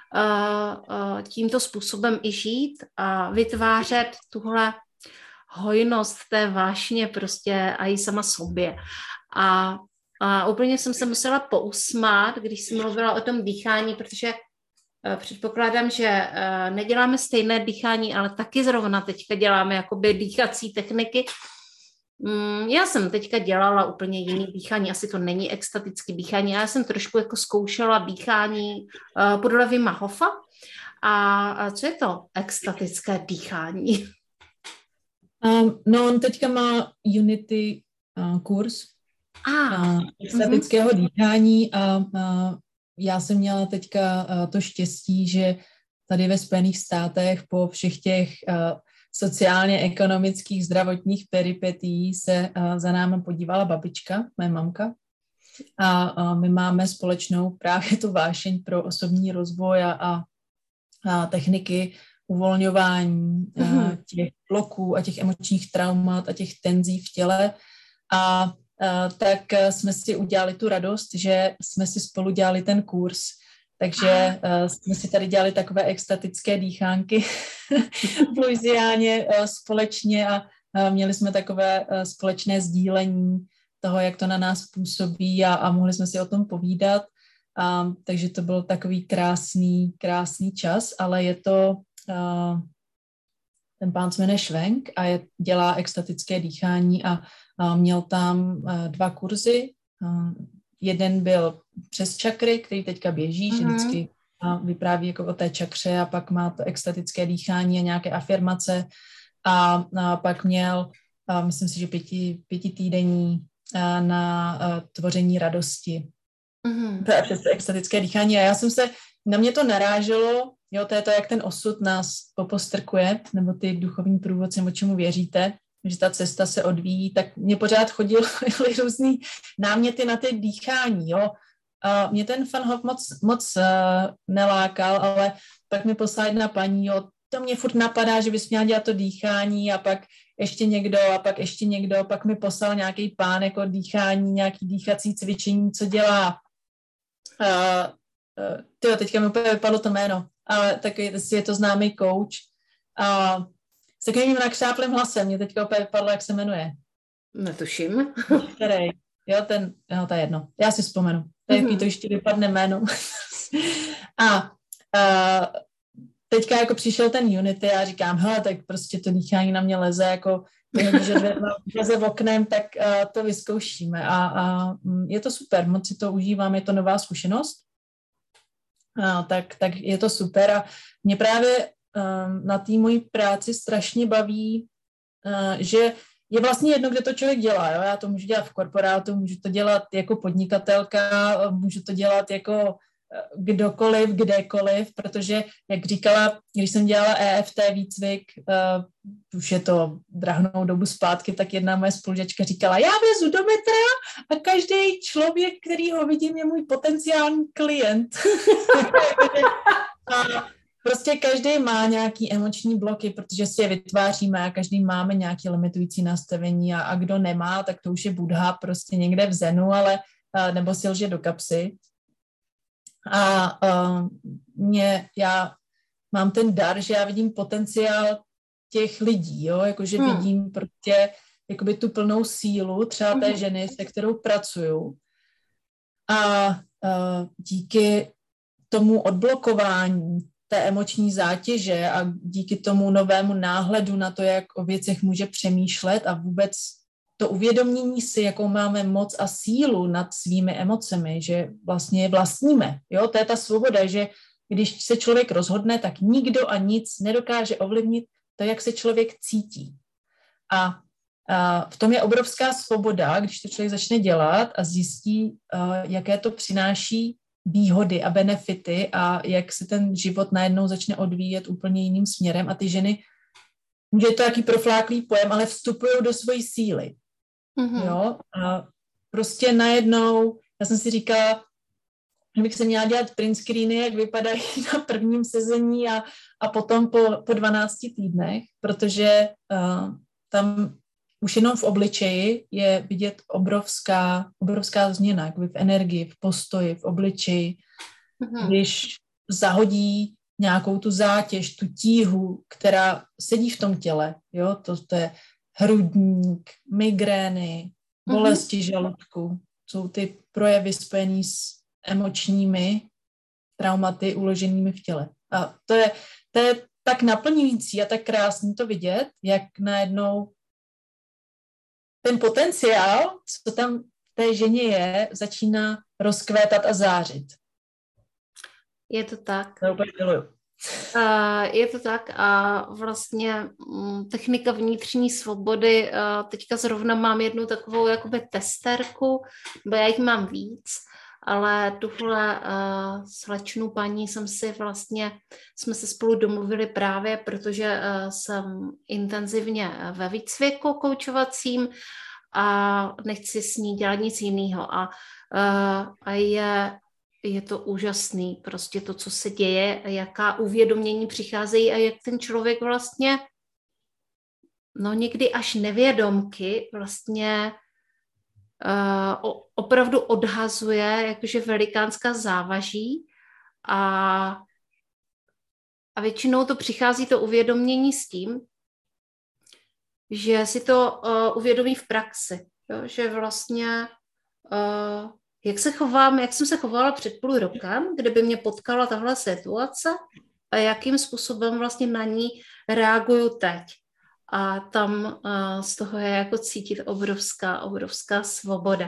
tímto způsobem i žít a vytvářet tuhle hojnost té vášně prostě a i sama sobě. A, a úplně jsem se musela pousmát, když jsem mluvila o tom dýchání, protože uh, předpokládám, že uh, neděláme stejné dýchání, ale taky zrovna teďka děláme jakoby dýchací techniky. Mm, já jsem teďka dělala úplně jiný dýchání, asi to není extatické dýchání, já jsem trošku jako zkoušela dýchání uh, podle Wima Hofa. A, a co je to extatické dýchání? Um, no, on teďka má Unity uh, kurz ah, uh, extatického uh-huh. dýchání a uh, já jsem měla teďka uh, to štěstí, že tady ve Spojených státech po všech těch uh, sociálně-ekonomických zdravotních peripetí se uh, za námi podívala babička, moje mamka. A uh, my máme společnou právě tu vášeň pro osobní rozvoj a, a, a techniky uvolňování uh, těch bloků a těch emočních traumat a těch tenzí v těle. A uh, tak uh, jsme si udělali tu radost, že jsme si spolu dělali ten kurz. Takže uh, jsme si tady dělali takové extatické dýchánky v Louisianě uh, společně a uh, měli jsme takové uh, společné sdílení toho, jak to na nás působí a, a mohli jsme si o tom povídat. Um, takže to byl takový krásný, krásný čas, ale je to Uh, ten pán se jmenuje Švenk a je, dělá extatické dýchání a uh, měl tam uh, dva kurzy. Uh, jeden byl přes čakry, který teďka běží, uh-huh. že vždycky uh, vypráví jako o té čakře a pak má to extatické dýchání a nějaké afirmace a uh, pak měl, uh, myslím si, že pěti, pětitýdenní uh, na uh, tvoření radosti. Uh-huh. Přes to extatické dýchání a já jsem se, na mě to naráželo. Jo, to je to, jak ten osud nás popostrkuje, nebo ty duchovní průvodci, o čemu věříte, že ta cesta se odvíjí, tak mě pořád chodily různý náměty na ty dýchání, jo. A mě ten Van Hoff moc, moc uh, nelákal, ale pak mi poslala jedna paní, jo, to mě furt napadá, že bys měla dělat to dýchání a pak ještě někdo a pak ještě někdo, pak mi poslal nějaký pán jako dýchání, nějaký dýchací cvičení, co dělá. Uh, uh, tyjo, teďka mi úplně vypadlo to jméno. Ale taky je to známý coach a s takovým nakřáplým hlasem, mě teďka opět vypadlo, jak se jmenuje. Netuším. Který? Jo, ten, no, to je jedno. Já si vzpomenu. To je mm-hmm. to ještě vypadne jméno. a, a teďka jako přišel ten Unity a říkám, hele, tak prostě to dýchání na mě leze, jako když leze v oknem, tak uh, to vyzkoušíme. A, a je to super, moc si to užívám, je to nová zkušenost. A, tak, tak je to super a mě právě um, na té mojí práci strašně baví, uh, že je vlastně jedno, kde to člověk dělá. Jo? Já to můžu dělat v korporátu, můžu to dělat jako podnikatelka, můžu to dělat jako kdokoliv, kdekoliv, protože, jak říkala, když jsem dělala E F T výcvik, uh, už je to drahnou dobu zpátky, tak jedna moje spolužačka říkala, já vlezu do metra a každý člověk, který ho vidím, je můj potenciální klient. A prostě každý má nějaký emoční bloky, protože si je vytváříme a každý máme nějaké limitující nastavení a, a kdo nemá, tak to už je Buddha prostě někde v zenu, ale uh, nebo si lže do kapsy. A uh, mě, já mám ten dar, že já vidím potenciál těch lidí, jo, jakože hmm. vidím prostě jakoby tu plnou sílu třeba té ženy, se kterou pracuju. A uh, díky tomu odblokování té emoční zátěže a díky tomu novému náhledu na to, jak o věcech může přemýšlet a vůbec to uvědomění si, jakou máme moc a sílu nad svými emocemi, že vlastně je vlastníme. Jo? To je ta svoboda, že když se člověk rozhodne, tak nikdo a nic nedokáže ovlivnit to, jak se člověk cítí. A, a v tom je obrovská svoboda, když to člověk začne dělat a zjistí, a, jaké to přináší výhody a benefity a jak se ten život najednou začne odvíjet úplně jiným směrem a ty ženy, může to jaký profláklý pojem, ale vstupují do svojí síly. Mm-hmm. Jo? A prostě najednou, já jsem si říkala, že bych se měla dělat print screeny, jak vypadají na prvním sezení a, a potom po, po dvanácti týdnech, protože uh, tam už jenom v obličeji je vidět obrovská, obrovská změna, jakoby v energii, v postoji, v obličeji. Mm-hmm. Když zahodí nějakou tu zátěž, tu tíhu, která sedí v tom těle, jo, to, to je hrudník, migrény, bolesti mm-hmm. žaludku, jsou ty projevy spojený s emočními traumaty uloženými v těle. A to je, to je tak naplňující a tak krásný to vidět, jak najednou ten potenciál, co tam v té ženě je, začíná rozkvétat a zářit. Je to tak. To úplně miluju. Uh, je to tak a vlastně um, technika vnitřní svobody, uh, teďka zrovna mám jednu takovou jakoby testerku, bo já jich mám víc, ale tuhle uh, slečnu paní jsem si vlastně, jsme se spolu domluvili právě, protože uh, jsem intenzivně ve výcviku koučovacím a nechci s ní dělat nic jiného a, uh, a je je to úžasný, prostě to, co se děje, jaká uvědomění přicházejí a jak ten člověk vlastně, no někdy až nevědomky vlastně uh, opravdu odhazuje jakože velikánská závaží a, a většinou to přichází to uvědomění s tím, že si to uh, uvědomí v praxi, jo? Že vlastně uh, Jak se chovám, jak jsem se chovala před půl rokem, kdyby mě potkala tahle situace a jakým způsobem vlastně na ní reaguju teď. A tam uh, z toho je jako cítit obrovská, obrovská svoboda.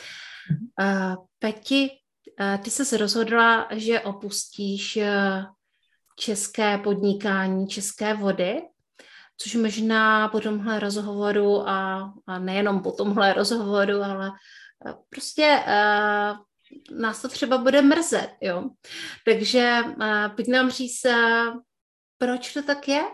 Uh, Peti, uh, ty jsi rozhodla, že opustíš uh, české podnikání, české vody, což možná po tomhle rozhovoru a, a nejenom po tomhle rozhovoru, ale prostě uh, nás to třeba bude mrzet, jo. Takže uh, pojď nám říct, uh, proč to tak je?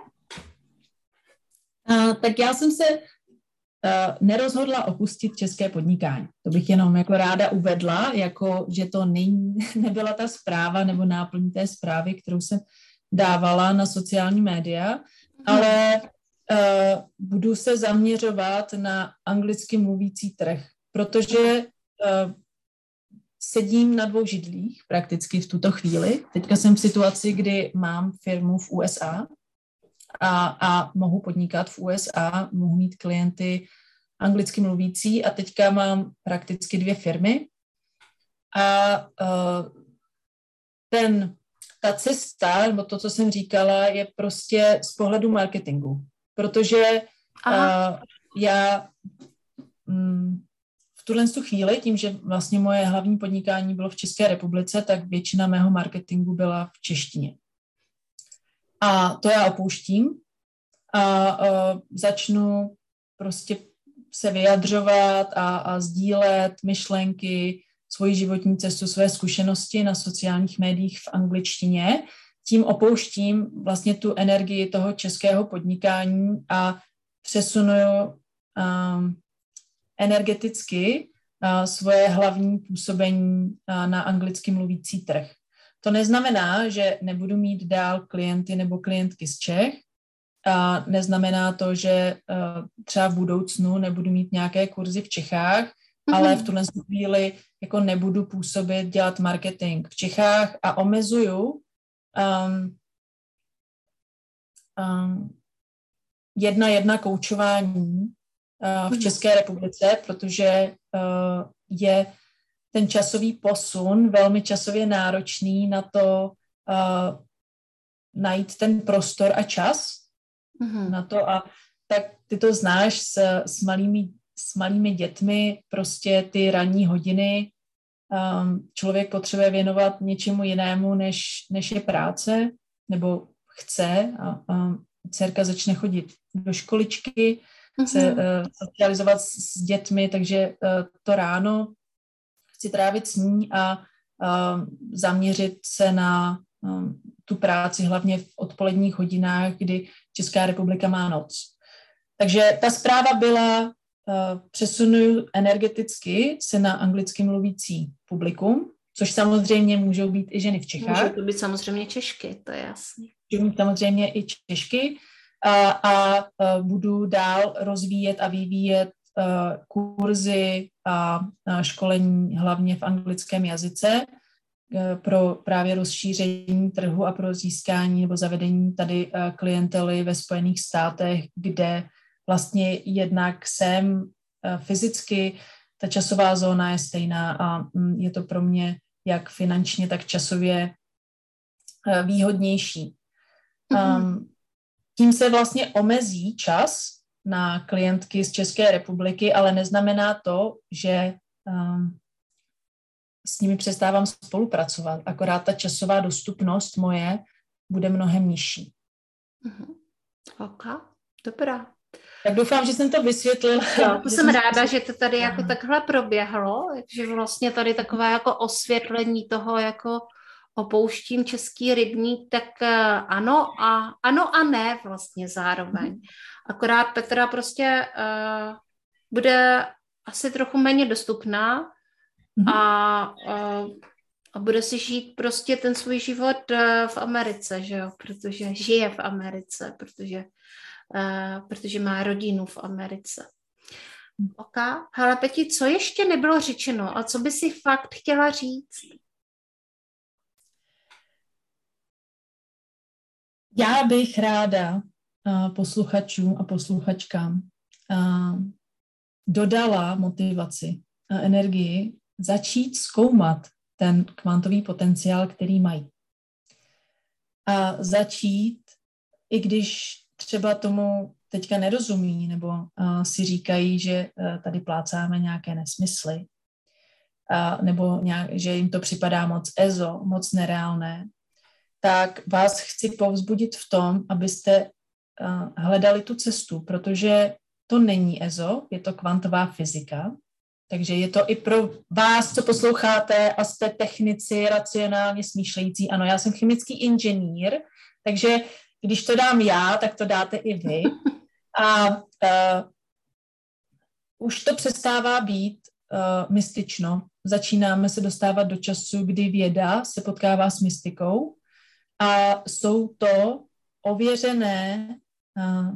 Uh, tak já jsem se uh, nerozhodla opustit české podnikání. To bych jenom jako ráda uvedla, jako že to nej, nebyla ta zpráva nebo náplň té zprávy, kterou jsem dávala na sociální média, hmm. ale uh, budu se zaměřovat na anglicky mluvící trh. Protože uh, sedím na dvou židlích prakticky v tuto chvíli. Teďka jsem v situaci, kdy mám firmu v U S A a, a mohu podnikat v U S A, mohu mít klienty anglicky mluvící a teďka mám prakticky dvě firmy. A uh, ten, ta cesta, nebo to, co jsem říkala, je prostě z pohledu marketingu. Protože uh, já... Mm, v tuhle chvíli, tím, že vlastně moje hlavní podnikání bylo v České republice, tak většina mého marketingu byla v češtině. A to já opouštím a uh, začnu prostě se vyjadřovat a, a sdílet myšlenky, svoji životní cestu, své zkušenosti na sociálních médiích v angličtině. Tím opouštím vlastně tu energii toho českého podnikání a přesunuju um, energeticky uh, svoje hlavní působení uh, na anglicky mluvící trh. To neznamená, že nebudu mít dál klienty nebo klientky z Čech. A neznamená to, že uh, třeba v budoucnu nebudu mít nějaké kurzy v Čechách, ale v tuhle chvíli jako nebudu působit, dělat marketing v Čechách a omezuju um, um, jedna jedna koučování uh, v České republice, protože uh, je ten časový posun velmi časově náročný na to uh, najít ten prostor a čas mm-hmm. na to a tak ty to znáš s, s, malými, s malými dětmi, prostě ty ranní hodiny um, člověk potřebuje věnovat něčemu jinému, než, než je práce, nebo chce a, a dcerka začne chodit do školičky, mm-hmm. se uh, socializovat s, s dětmi, takže uh, to ráno chci trávit s ní a uh, zaměřit se na um, tu práci, hlavně v odpoledních hodinách, kdy Česká republika má noc. Takže ta zpráva byla, uh, přesunuju energeticky se na anglicky mluvící publikum, což samozřejmě můžou být i ženy v Čechách. Můžou to být samozřejmě Češky, to je jasný. Můžou být samozřejmě i Češky a, a, a budu dál rozvíjet a vyvíjet uh, kurzy a, a školení hlavně v anglickém jazyce uh, pro právě rozšíření trhu a pro získání nebo zavedení tady uh, klientely ve Spojených státech, kde vlastně jednak jsem uh, fyzicky, ta časová zóna je stejná a um, je to pro mě jak finančně, tak časově uh, výhodnější. Um, tím se vlastně omezí čas na klientky z České republiky, ale neznamená to, že um, s nimi přestávám spolupracovat. Akorát ta časová dostupnost moje bude mnohem nižší. Uh-huh. Ok, dobrá. Tak doufám, že jsem to vysvětlila. Jo, to jsem ráda, že to tady jako takhle proběhlo, že vlastně tady takové jako osvětlení toho, jako opouštím český rybník, tak ano a, ano a ne vlastně zároveň. Akorát Petra prostě uh, bude asi trochu méně dostupná a, uh, a bude si žít prostě ten svůj život uh, v Americe, že jo, protože žije v Americe, protože, uh, protože má rodinu v Americe. Ok, hele Peti, co ještě nebylo řečeno a co by si fakt chtěla říct? Já bych ráda uh, posluchačům a posluchačkám uh, dodala motivaci a energii začít zkoumat ten kvantový potenciál, který mají. A začít, i když třeba tomu teďka nerozumí, nebo uh, si říkají, že uh, tady plácáme nějaké nesmysly, uh, nebo nějak, že jim to připadá moc ezo, moc nereálné, tak vás chci povzbudit v tom, abyste uh, hledali tu cestu, protože to není ezo, je to kvantová fyzika, takže je to i pro vás, co posloucháte a jste technici, racionálně smýšlející. Ano, já jsem chemický inženýr, takže když to dám já, tak to dáte i vy. A uh, už to přestává být uh, mystično. Začínáme se dostávat do času, kdy věda se potkává s mystikou, a jsou to ověřené uh,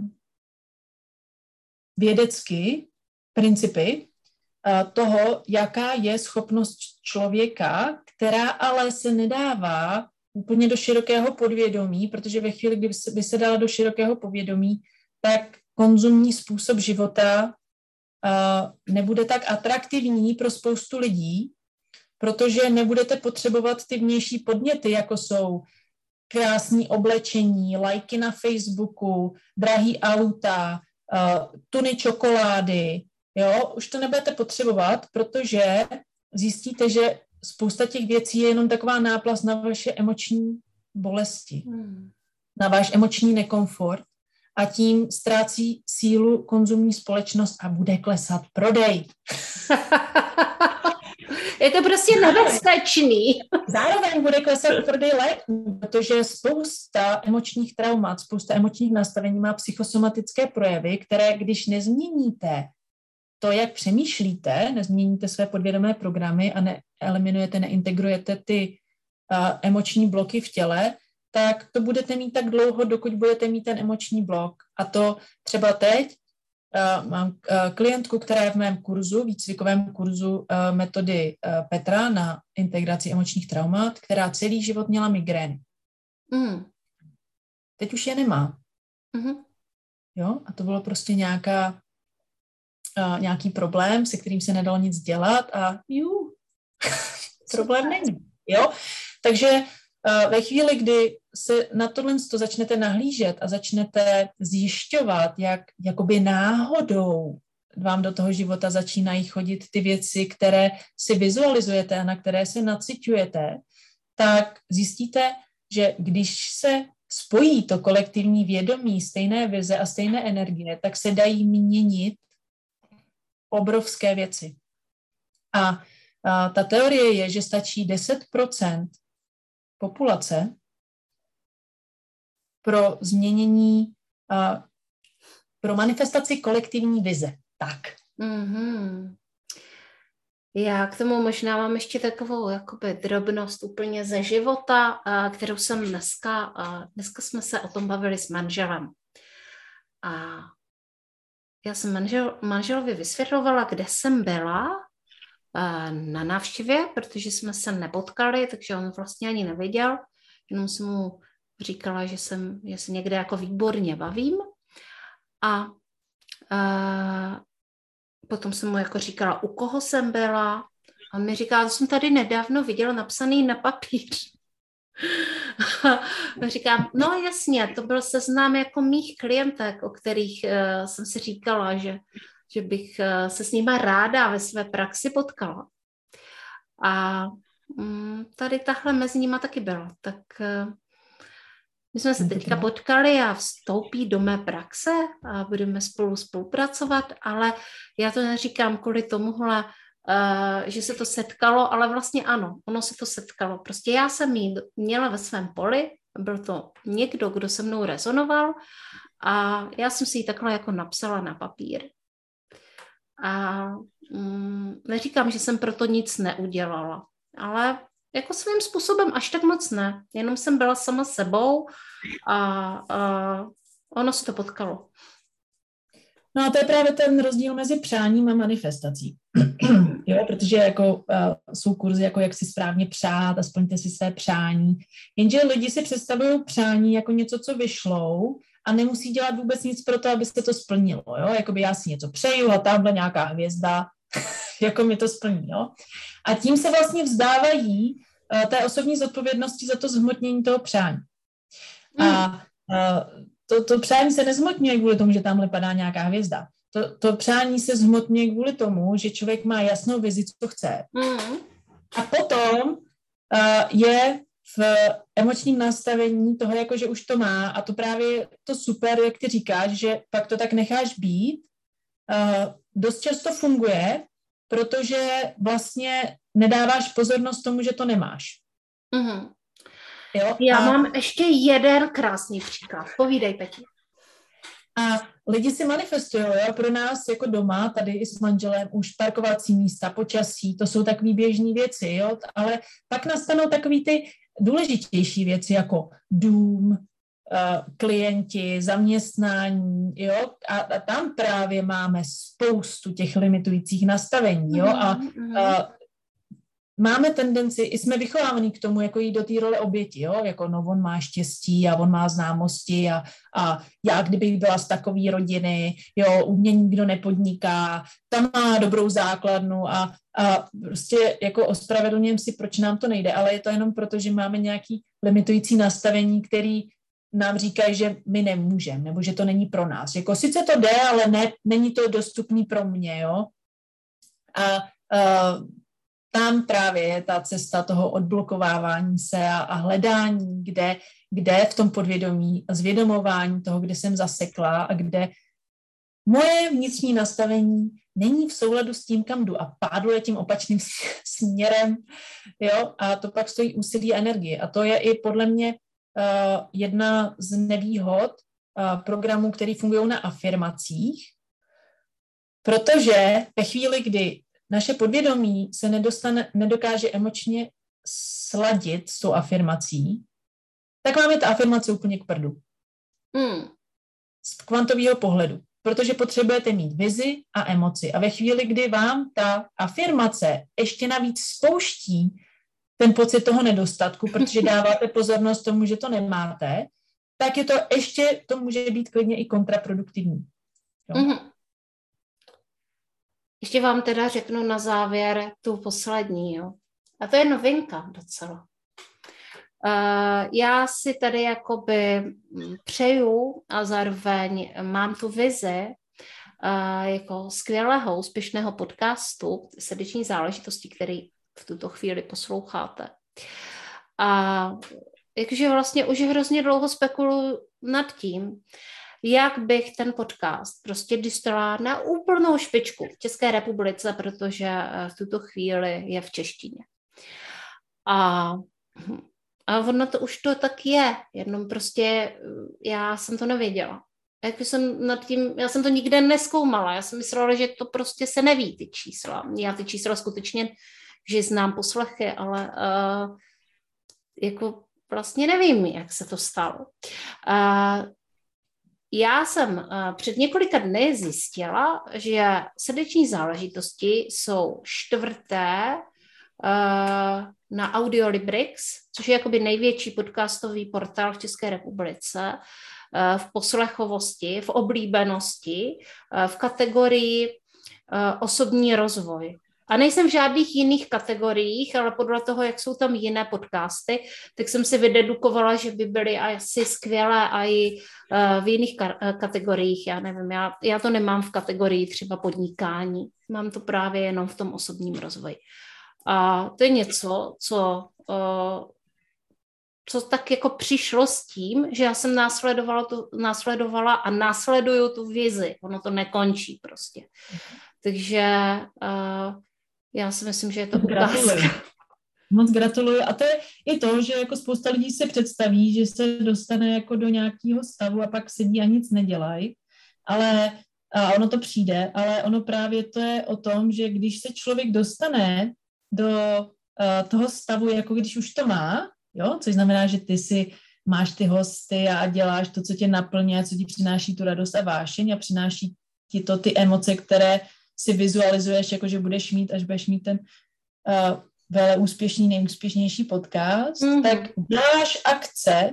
vědecky principy uh, toho, jaká je schopnost člověka, která ale se nedává úplně do širokého podvědomí, protože ve chvíli, kdy by se dala do širokého podvědomí, tak konzumní způsob života uh, nebude tak atraktivní pro spoustu lidí, protože nebudete potřebovat ty vnější podněty, jako jsou krásné oblečení, lajky na Facebooku, drahý auta, uh, tuny čokolády, jo, už to nebudete potřebovat, protože zjistíte, že spousta těch věcí je jenom taková náplast na vaše emoční bolesti, hmm. na váš emoční nekomfort a tím ztrácí sílu konzumní společnost a bude klesat prodej. Je to prostě nebezpečný. Zároveň bude klesat prodej léků, protože spousta emočních traumat, spousta emočních nastavení má psychosomatické projevy, které když nezměníte to, jak přemýšlíte, nezměníte své podvědomé programy a neeliminujete, neintegrujete ty uh, emoční bloky v těle, tak to budete mít tak dlouho, dokud budete mít ten emoční blok. A to třeba teď uh, mám uh, klientku, která je v mém kurzu, výcvikovém kurzu uh, metody uh, Petra na integraci emočních traumat, která celý život měla migrény. Mm. Teď už je nemá. Mm-hmm. Jo? A to bylo prostě nějaká, uh, nějaký problém, se kterým se nedalo nic dělat a jú, problém není. Jo? Takže uh, ve chvíli, kdy se na tohle to začnete nahlížet a začnete zjišťovat, jak jakoby náhodou vám do toho života začínají chodit ty věci, které si vizualizujete a na které se naciťujete, tak zjistíte, že když se spojí to kolektivní vědomí, stejné vize a stejné energie, tak se dají měnit obrovské věci. A, a ta teorie je, že stačí deset procent populace pro změnění, a, pro manifestaci kolektivní vize. Tak. Mm-hmm. Já k tomu možná mám ještě takovou jakoby drobnost úplně ze života, a, kterou jsem dneska, a dneska jsme se o tom bavili s manželem. A já jsem manžel, manželovi vysvětlovala, kde jsem byla a, na návštěvě, protože jsme se nepotkali, takže on vlastně ani nevěděl. Jenom jsem mu říkala, že, jsem, že se někde jako výborně bavím. A, a potom jsem mu jako říkala, u koho jsem byla. A on mi říká, to jsem tady nedávno viděla napsaný na papíř. A říkám, no jasně, to byl seznam jako mých klientek, o kterých uh, jsem si říkala, že, že bych uh, se s nima ráda ve své praxi potkala. A um, tady tahle mezi nima taky byla. Tak uh, my jsme se teďka potkali a vstoupí do mé praxe a budeme spolu spolupracovat, ale já to neříkám kvůli tomuhle, uh, že se to setkalo, ale vlastně ano, ono se to setkalo. Prostě já jsem ji měla ve svém poli, byl to někdo, kdo se mnou rezonoval a já jsem si ji takhle jako napsala na papír. A um, neříkám, že jsem proto nic neudělala, ale jako svým způsobem až tak moc ne. Jenom jsem byla sama sebou a, a ono se to potkalo. No a to je právě ten rozdíl mezi přáním a manifestací. Jo, protože jako, uh, jsou kurzy, jako jak si správně přát a splňte si své přání. Jenže lidi si představují přání jako něco, co vyšlou a nemusí dělat vůbec nic pro to, aby se to splnilo. Jo? Jakoby já si něco přeju a tamhle nějaká hvězda jako mi to splní. Jo? A tím se vlastně vzdávají uh, té osobní zodpovědnosti za to zhmotnění toho přání. Mm. A uh, to, to přání se nezhmotňuje kvůli tomu, že tamhle padá nějaká hvězda. To, to přání se zhmotňuje kvůli tomu, že člověk má jasnou vizi, co chce. Mm. A potom uh, je v emočním nastavení toho, jako že už to má a to právě to super, jak ty říkáš, že pak to tak necháš být, uh, dost často funguje, protože vlastně nedáváš pozornost tomu, že to nemáš. Mm. Jo? Já a... mám ještě jeden krásný příklad. Povídej, Peti. A lidi si manifestují, jo, pro nás jako doma, tady i s manželem, už parkovací místa, počasí, to jsou takové běžné věci, jo, ale pak nastanou takové ty důležitější věci, jako dům, uh, klienti, zaměstnání, jo, a, a tam právě máme spoustu těch limitujících nastavení, jo, a uh, máme tendenci, i jsme vychovávaní k tomu, jako jít do té role oběti, jo, jako no on má štěstí a on má známosti a, a já kdybych byla z takové rodiny, jo, u mě nikdo nepodniká, tam má dobrou základnu a, a prostě jako ospravedlňujeme si, proč nám to nejde, ale je to jenom proto, že máme nějaký limitující nastavení, který nám říkají, že my nemůžeme, nebo že to není pro nás. Jako sice to jde, ale ne, není to dostupný pro mě, jo. A, a tam právě je ta cesta toho odblokovávání se a, a hledání, kde, kde v tom podvědomí a zvědomování toho, kde jsem zasekla a kde moje vnitřní nastavení není v souladu s tím, kam jdu a pádluje tím opačným směrem, jo, a to pak stojí úsilí a energie. A to je i podle mě uh, jedna z nevýhod uh, programů, které fungují na afirmacích, protože ve chvíli, kdy naše podvědomí se nedostane, nedokáže emočně sladit s tou afirmací, tak máme ta afirmace úplně k prdu. Mm. Z kvantového pohledu. protože potřebujete mít vizi a emoci. A ve chvíli, kdy vám ta afirmace ještě navíc spouští ten pocit toho nedostatku, protože dáváte pozornost tomu, že to nemáte, tak je to ještě, to může být klidně i kontraproduktivní. Jo? Mm-hmm. Ještě vám teda řeknu na závěr tu poslední, jo. A to je novinka docela. Uh, já si tady jakoby přeju a zároveň mám tu vizi uh, jako skvělého, úspěšného podcastu Srdeční záležitosti, který v tuto chvíli posloucháte. A jakže vlastně už hrozně dlouho spekuluju nad tím, jak bych ten podcast prostě dostala na úplnou špičku v České republice, protože v tuto chvíli je v češtině. A, a ono to už to tak je, jenom prostě já jsem to nevěděla. Jak jsem nad tím, já jsem to nikde nezkoumala, já jsem myslela, že to prostě se neví, ty čísla. Já ty čísla skutečně, že znám poslechy, ale uh, jako vlastně nevím, jak se to stalo. Uh, Já jsem uh, před několika dny zjistila, že Srdeční záležitosti jsou čtvrté uh, na Audiolibrix, což je jakoby největší podcastový portál v České republice, uh, v poslechovosti, v oblíbenosti, uh, v kategorii uh, osobní rozvoj. A nejsem v žádných jiných kategoriích, ale podle toho, jak jsou tam jiné podcasty, tak jsem si vydedukovala, že by byly asi skvělé a i v jiných kategoriích. Já nevím, já, já to nemám v kategorii třeba podnikání. Mám to právě jenom v tom osobním rozvoji. A to je něco, co, co tak jako přišlo s tím, že já jsem následovala, tu, následovala a následuju tu vizi. Ono to nekončí prostě. Takže já si myslím, že je to ukázka. Moc gratuluju. A to je i to, že jako spousta lidí se představí, že se dostane jako do nějakého stavu a pak sedí a nic nedělají. Ale a ono to přijde, ale ono právě to je o tom, že když se člověk dostane do uh, toho stavu, jako když už to má, jo, což znamená, že ty si máš ty hosty a děláš to, co tě naplňuje, co ti přináší tu radost a vášeň a přináší ti to ty emoce, které si vizualizuješ, jako že budeš mít, až budeš mít ten uh, vele úspěšný, nejúspěšnější podcast, mm-hmm. tak děláš akce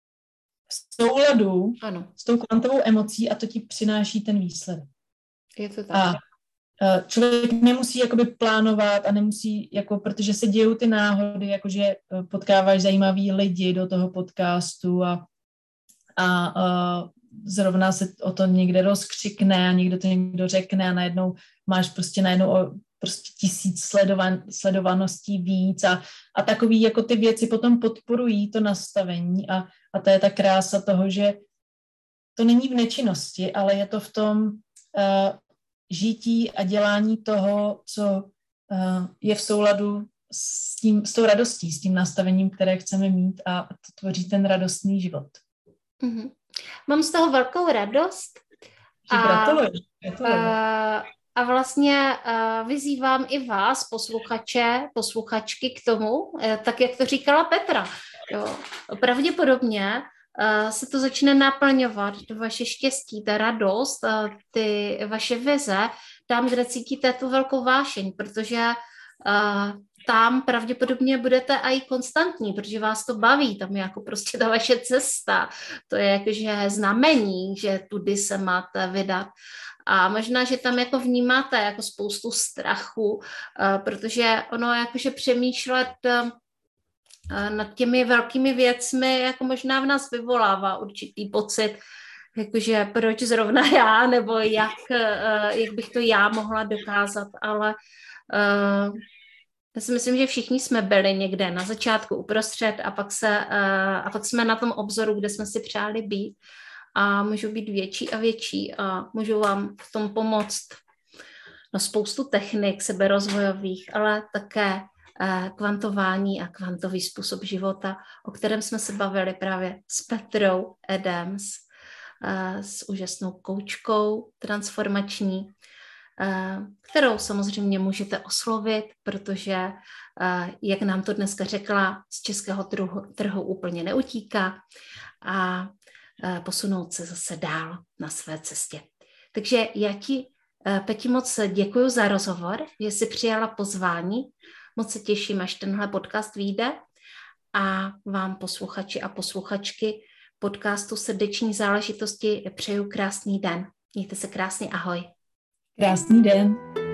v souladu ano. s tou kvantovou emocí a to ti přináší ten výsledek. Je to tak. A uh, člověk nemusí jakoby plánovat a nemusí, jako, protože se dějou ty náhody, jakože uh, potkáváš zajímavý lidi do toho podcastu a, a uh, zrovna se o to někde rozkřikne a někdo to někdo řekne a najednou máš prostě najednou o prostě tisíc sledovan, sledovaností víc a, a takový jako ty věci potom podporují to nastavení a, a to je ta krása toho, že to není v nečinnosti, ale je to v tom uh, žití a dělání toho, co uh, je v souladu s, tím, s tou radostí, s tím nastavením, které chceme mít a to tvoří ten radostný život. Mm-hmm. Mám z toho velkou radost. A, gratuluji. gratuluji. A, a vlastně a vyzývám i vás, posluchače, posluchačky k tomu, tak jak to říkala Petra. Jo. Pravděpodobně a, se to začne naplňovat, to vaše štěstí, ta radost, a ty vaše vize, tam, kde cítíte tu velkou vášeň, protože a, tam pravděpodobně budete i konstantní, protože vás to baví, tam je jako prostě ta vaše cesta, to je jakože znamení, že tudy se máte vydat. A možná, že tam jako vnímáte jako spoustu strachu, protože ono jakože přemýšlet nad těmi velkými věcmi jako možná v nás vyvolává určitý pocit, jakože proč zrovna já, nebo jak, jak bych to já mohla dokázat, ale já si myslím, že všichni jsme byli někde na začátku, uprostřed a pak, se, a pak jsme na tom obzoru, kde jsme si přáli být a můžou být větší a větší a můžou vám v tom pomoct no, spoustu technik seberozvojových, ale také kvantování a kvantový způsob života, o kterém jsme se bavili právě s Petrou Adams, s úžasnou koučkou transformační, kterou samozřejmě můžete oslovit, protože, jak nám to dneska řekla, z českého trhu, trhu úplně neutíká a posunout se zase dál na své cestě. Takže já ti, Peti, moc děkuji za rozhovor, že jsi přijala pozvání. Moc se těším, až tenhle podcast vyjde. A vám, posluchači a posluchačky podcastu Srdeční záležitosti, přeju krásný den. Mějte se krásně, ahoj. Krásný den.